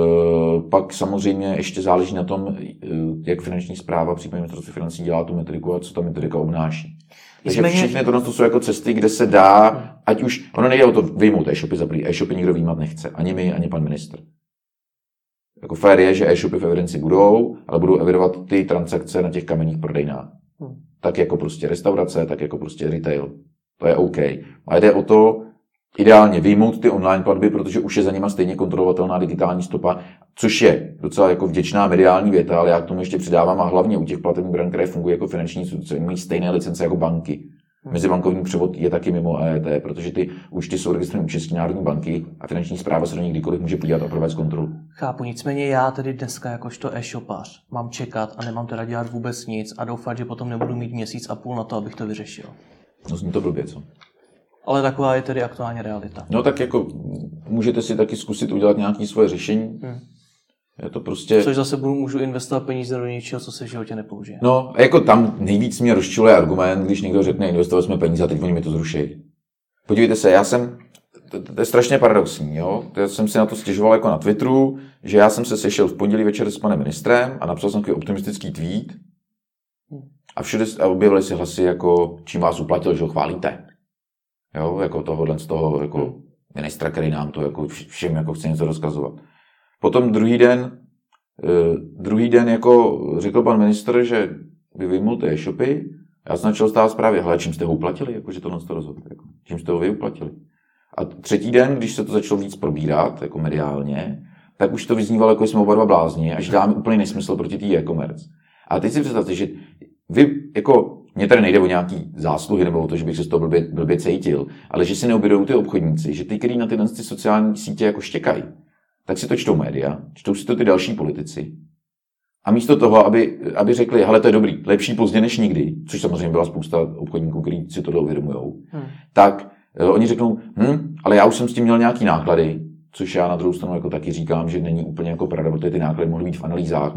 Speaker 2: pak samozřejmě ještě záleží na tom, jak finanční správa, případně ministerstvo financí dělá tu metodiku a co ta metodika obnáší. Takže všechny to jsou jako cesty, kde se dá, ať už, ono nejde o to vyjmout e-shopy za první, e-shopy nikdo vyjímat nechce, ani my, ani pan ministr. Jako fér je, že e-shopy v evidenci budou, ale budou evidovat ty transakce na těch kamenných prodejnách. Tak jako prostě restaurace, tak jako prostě retail. To je OK. A jde o to ideálně vyjmout ty online platby, protože už je za nima stejně kontrolovatelná digitální stopa, což je docela jako vděčná mediální věta, ale já k tomu ještě přidávám a hlavně u těch platebních bran, které fungují jako finanční instituce, mají stejné licence jako banky. Mezibankovní převod je taky mimo EET, protože ty účty jsou registrované u České národní banky a finanční správa se do nich kdykoliv může podívat a provést kontrolu.
Speaker 1: Chápu, nicméně já tedy dneska jakožto e-shopař mám čekat a nemám teda dělat vůbec nic a doufat, že potom nebudu mít měsíc a půl na to, abych to vyřešil.
Speaker 2: No zní to blbě, co?
Speaker 1: Ale taková je tedy aktuálně realita.
Speaker 2: No tak jako můžete si taky zkusit udělat nějaké svoje řešení. Je to prostě...
Speaker 1: Což zase můžu investovat peníze do něčeho, co se v životě nepoužije.
Speaker 2: No, jako tam nejvíc mě rozčiluje argument, když někdo řekne, investovali jsme peníze a teď oni mi to zruší. Podívejte se, to je strašně paradoxní, jo. Já jsem si na to stěžoval jako na Twitteru, že já jsem se sešel v pondělí večer s panem ministrem a napsal jsem takový optimistický tweet a všude objevily se hlasy jako, čím vás uplatil, že ho chválíte. Jo, jako tohohle z toho jako ministra, který nám to jako všem jako chce něco rozkazovat. Potom druhý den jako řekl pan ministr, že by vyjmul ty e-shopy. Já jsem začal stát zprávě, hele, čím jste ho uplatili, jako, že to rozhodl, jako, čím jste ho vy uplatili. A třetí den, když se to začalo víc probírat, jako mediálně, tak už to vyznívalo, jako jsme oba dva blázni a že dáme úplný nesmysl proti té e-commerce. A teď si představte, že vy, jako, mně tady nejde o nějaký zásluhy nebo o to, že bych se z toho blbě cítil, ale že si neuvědomují ty obchodníci, že ty, kteří na tyhle sociální sítě jako štěkají, tak si to čtou média, čtou si to ty další politici. A místo toho, aby řekli, hele, to je dobrý, lepší pozdě než nikdy, což samozřejmě byla spousta obchodníků, kteří si tohle uvědomujou, tak oni řeknou, ale já už jsem s tím měl nějaký náklady, což já na druhou stranu jako taky říkám, že není úplně jako pravda, protože ty náklady mohly být v analýzách,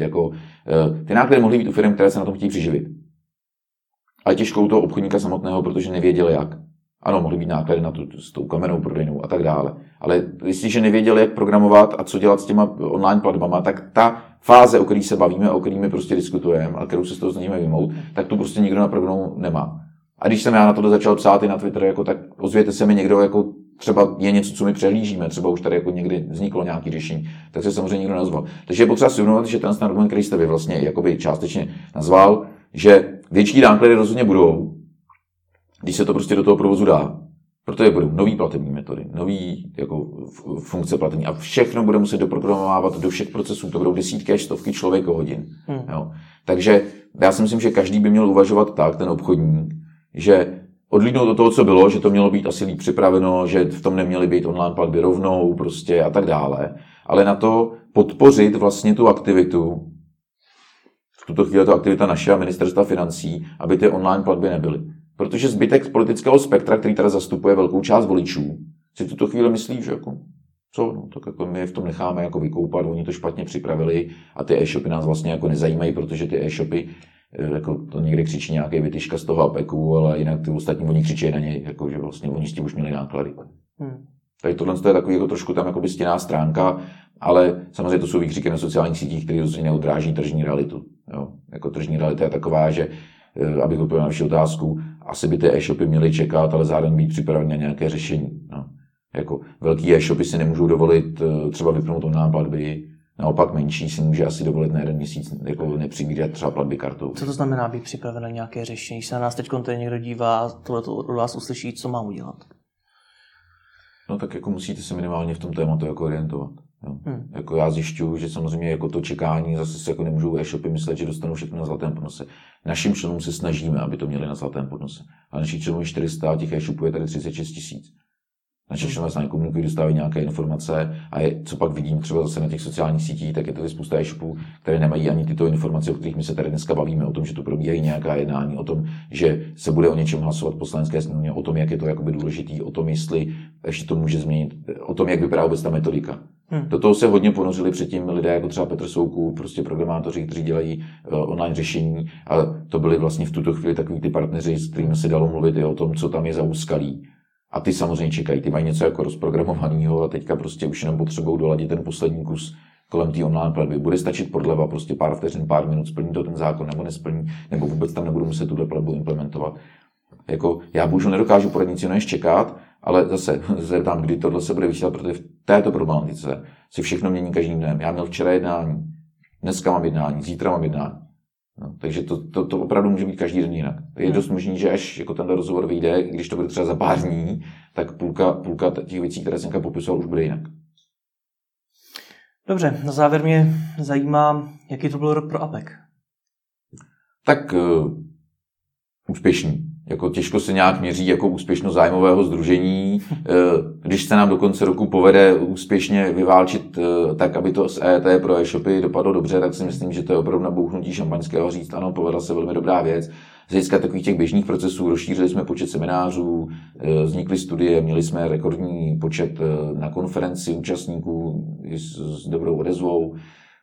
Speaker 2: ty náklady mohly být u firm, které se na tom chtějí přiživit. Ale těžko u toho obchodníka samotného, protože nevěděl jak. Ano, mohly být náklady na s tou kamennou prodejnou a tak dále. Ale jestliže nevěděl, jak programovat a co dělat s těma online platbama, tak ta fáze, o které se bavíme, o které my prostě diskutujeme a kterou se z toho snažíme vyjmout, tak tu prostě nikdo naprogramovanou nemá. A když jsem já na to začal psát i na Twitter, jako, tak ozvěte se mi někdo, jako třeba je něco, co my přehlížíme, třeba už tady jako někdy vzniklo nějaké řešení, tak se samozřejmě někdo nazval. Takže je potřeba si uvědomit, že ten argument, který jste vy vlastně jakoby částečně nazval, že větší náklady rozhodně budou, když se to prostě do toho provozu dá. Protože budou nový platební metody, nový jako funkce platení a všechno bude muset doprogramovávat do všech procesů. To budou desítky až stovky člověkohodin. Jo. Takže já si myslím, že každý by měl uvažovat tak, ten obchodník, že odlídnout od toho, co bylo, že to mělo být asi líp připraveno, že v tom neměly být online platby rovnou prostě a tak dále, ale na to podpořit vlastně tu aktivitu, v tuto chvíli je to aktivita naše a ministerstva financí, aby ty online platby nebyly. Protože zbytek politického spektra, který teda zastupuje velkou část voličů, si v tuto chvíli myslí, že jako, co, no, tak jako my v tom necháme jako vykoupat, oni to špatně připravili a ty e-shopy nás vlastně jako nezajímají, protože ty e-shopy, jako to někde křičí nějaký vytyčka z toho APEKu, ale jinak ty ostatní oni křičí na něj, jako, že vlastně oni s tím už měli náklady. Takže tohle je takový jako trošku tam jako stěnná stránka, ale samozřejmě to jsou výkřiky na sociálních sítích, které rozhodně neodráží tržní realitu. Jo? Jako tržní realita je taková, že abych odpověděl na vaši otázku, asi by ty e-shopy měly čekat, ale zároveň být připraveni na nějaké řešení. No. Jako velký e-shopy si nemůžou dovolit třeba vypnout online platby, naopak menší si může asi dovolit na jeden měsíc jako nepřibírat třeba platby kartou.
Speaker 1: Co to znamená být připraven na nějaké řešení? Když se na nás teď někdo dívá, tohleto od vás uslyší, co má udělat?
Speaker 2: No tak jako musíte se minimálně v tom tématu jako orientovat. Jo. Jako já zjišťuju, že samozřejmě jako to čekání zase si jako nemůžou e-shopy myslet, že dostanou všechno na zlatém podnose. Našim členům se snažíme, aby to měli na zlatém podnose. A našich členů je 400, těch e-shopů je tady 36 000. Naši členové s námi komunikují, dostávají nějaké informace a co pak vidím třeba zase na těch sociálních sítích, tak je tady spousta e-shopů, které nemají ani tyto informace, o kterých my se tady dneska bavíme, o tom, že tu probíhají nějaká jednání, o tom, že se bude o něčem hlasovat v Poslanecké sněmovně, o tom, jak je to jakoby důležitý, o tom, jestli ještě to může změnit, o tom, jak vypadá vůbec ta metodika. Do toho se hodně ponořili předtím lidé jako třeba Petr Soukup, prostě programátoři, kteří dělají online řešení, ale to byli vlastně v tuto chvíli takový ty partneři, s kterými se dalo mluvit i o tom, co tam je za úskalí. A ty samozřejmě čekají, ty mají něco jako rozprogramovaného a teďka prostě už jenom potřebují doladit ten poslední kus kolem té online platby. Bude stačit prodleva, prostě pár vteřin, pár minut, splní to ten zákon nebo nesplní, nebo vůbec tam nebudu muset tuhle platbu implementovat. Jako, já bohužel nedokážu poradit si než čekat, ale zase zeptám, kdy tohle se bude vysílat, protože v této problematice si všechno mění každým dnem. Já měl včera jednání, dneska mám jednání, zítra mám jednání. No, takže to opravdu může být každý den jinak. Je dost možný, že až jako tenhle rozhovor vyjde, když to bude třeba za pár dní, tak půlka těch věcí, které jsem popisoval, už bude jinak.
Speaker 1: Dobře, na závěr mě zajímá, jaký to byl rok pro APEK.
Speaker 2: Tak úspěšný. Jako těžko se nějak měří jako úspěšnost zájmového sdružení. Když se nám do konce roku povede úspěšně vyválčit tak, aby to z EET pro e-shopy dopadlo dobře, tak si myslím, že to je opravdu nabouchnutí šampaňského říct, ano, povedla se velmi dobrá věc. Z hlediska takových těch běžných procesů rozšířili jsme počet seminářů, vznikly studie, měli jsme rekordní počet na konferenci účastníků s dobrou odezvou.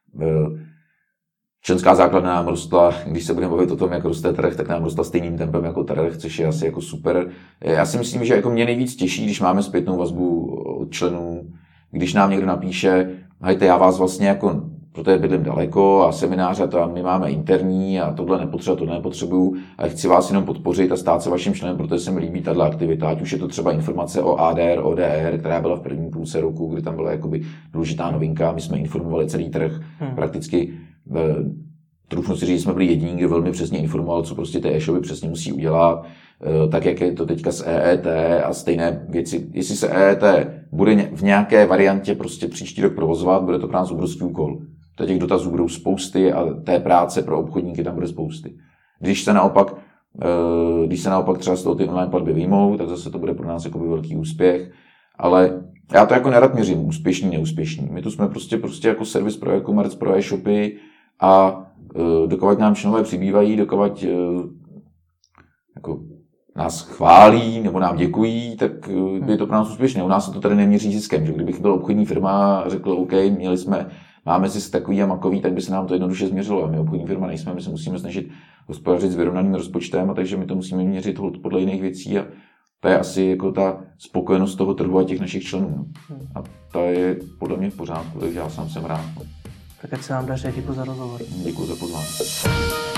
Speaker 2: Členská základna nám rostla, když se budeme bavit o tom, jak roste trh, tak nám rostla stejným tempem jako trh, což je asi jako super. Já si myslím, že jako mě nejvíc těší, když máme zpětnou vazbu od členů, když nám někdo napíše, hejte, já vás vlastně jako, protože bydlím daleko a semináře to my máme interní a tohle nepotřebuju, ale chci vás jenom podpořit a stát se vaším členem, protože se mi líbí tato aktivita, ať už je to třeba informace o ADR, ODR, která byla v první půlce roku, kdy tam byla jakoby důležitá novinka, my jsme informovali celý trh, prakticky troufnu si říct, že jsme byli jediní, kdo velmi přesně informoval, co prostě ty e-shopy přesně musí udělat, tak jak je to teďka s EET a stejné věci. Jestli se EET bude v nějaké variantě prostě příští rok provozovat, bude to pro nás obrovský úkol. Těch dotazů budou spousty a té práce pro obchodníky tam bude spousty. Když se naopak Když se naopak třeba z toho ty online platby vyjmou, tak zase to bude pro nás jakoby velký úspěch. Ale já to jako nerad měřím, úspěšný, neúspěšný. My tu jsme prostě jako servis pro e-commerce, pro e-shopy a dokud nám členové přibývají, dokud jako nás chválí nebo nám děkují, tak je to pro nás úspěšné. U nás se to tady neměří ziskem, že kdybych byl obchodní firma a řekl, OK, máme zisk takový a makový, tak by se nám to jednoduše změřilo. A my obchodní firma nejsme, my se musíme snažit hospodařit s vyrovnaným rozpočtem, a takže my to musíme měřit podle jiných věcí a to je asi jako ta spokojenost toho trhu a těch našich členů. A ta je podle mě v pořádku, takže já sám jsem rád.
Speaker 1: Tak ať se vám daří, děkuji za rozhovor.
Speaker 2: Děkuji za pozvání.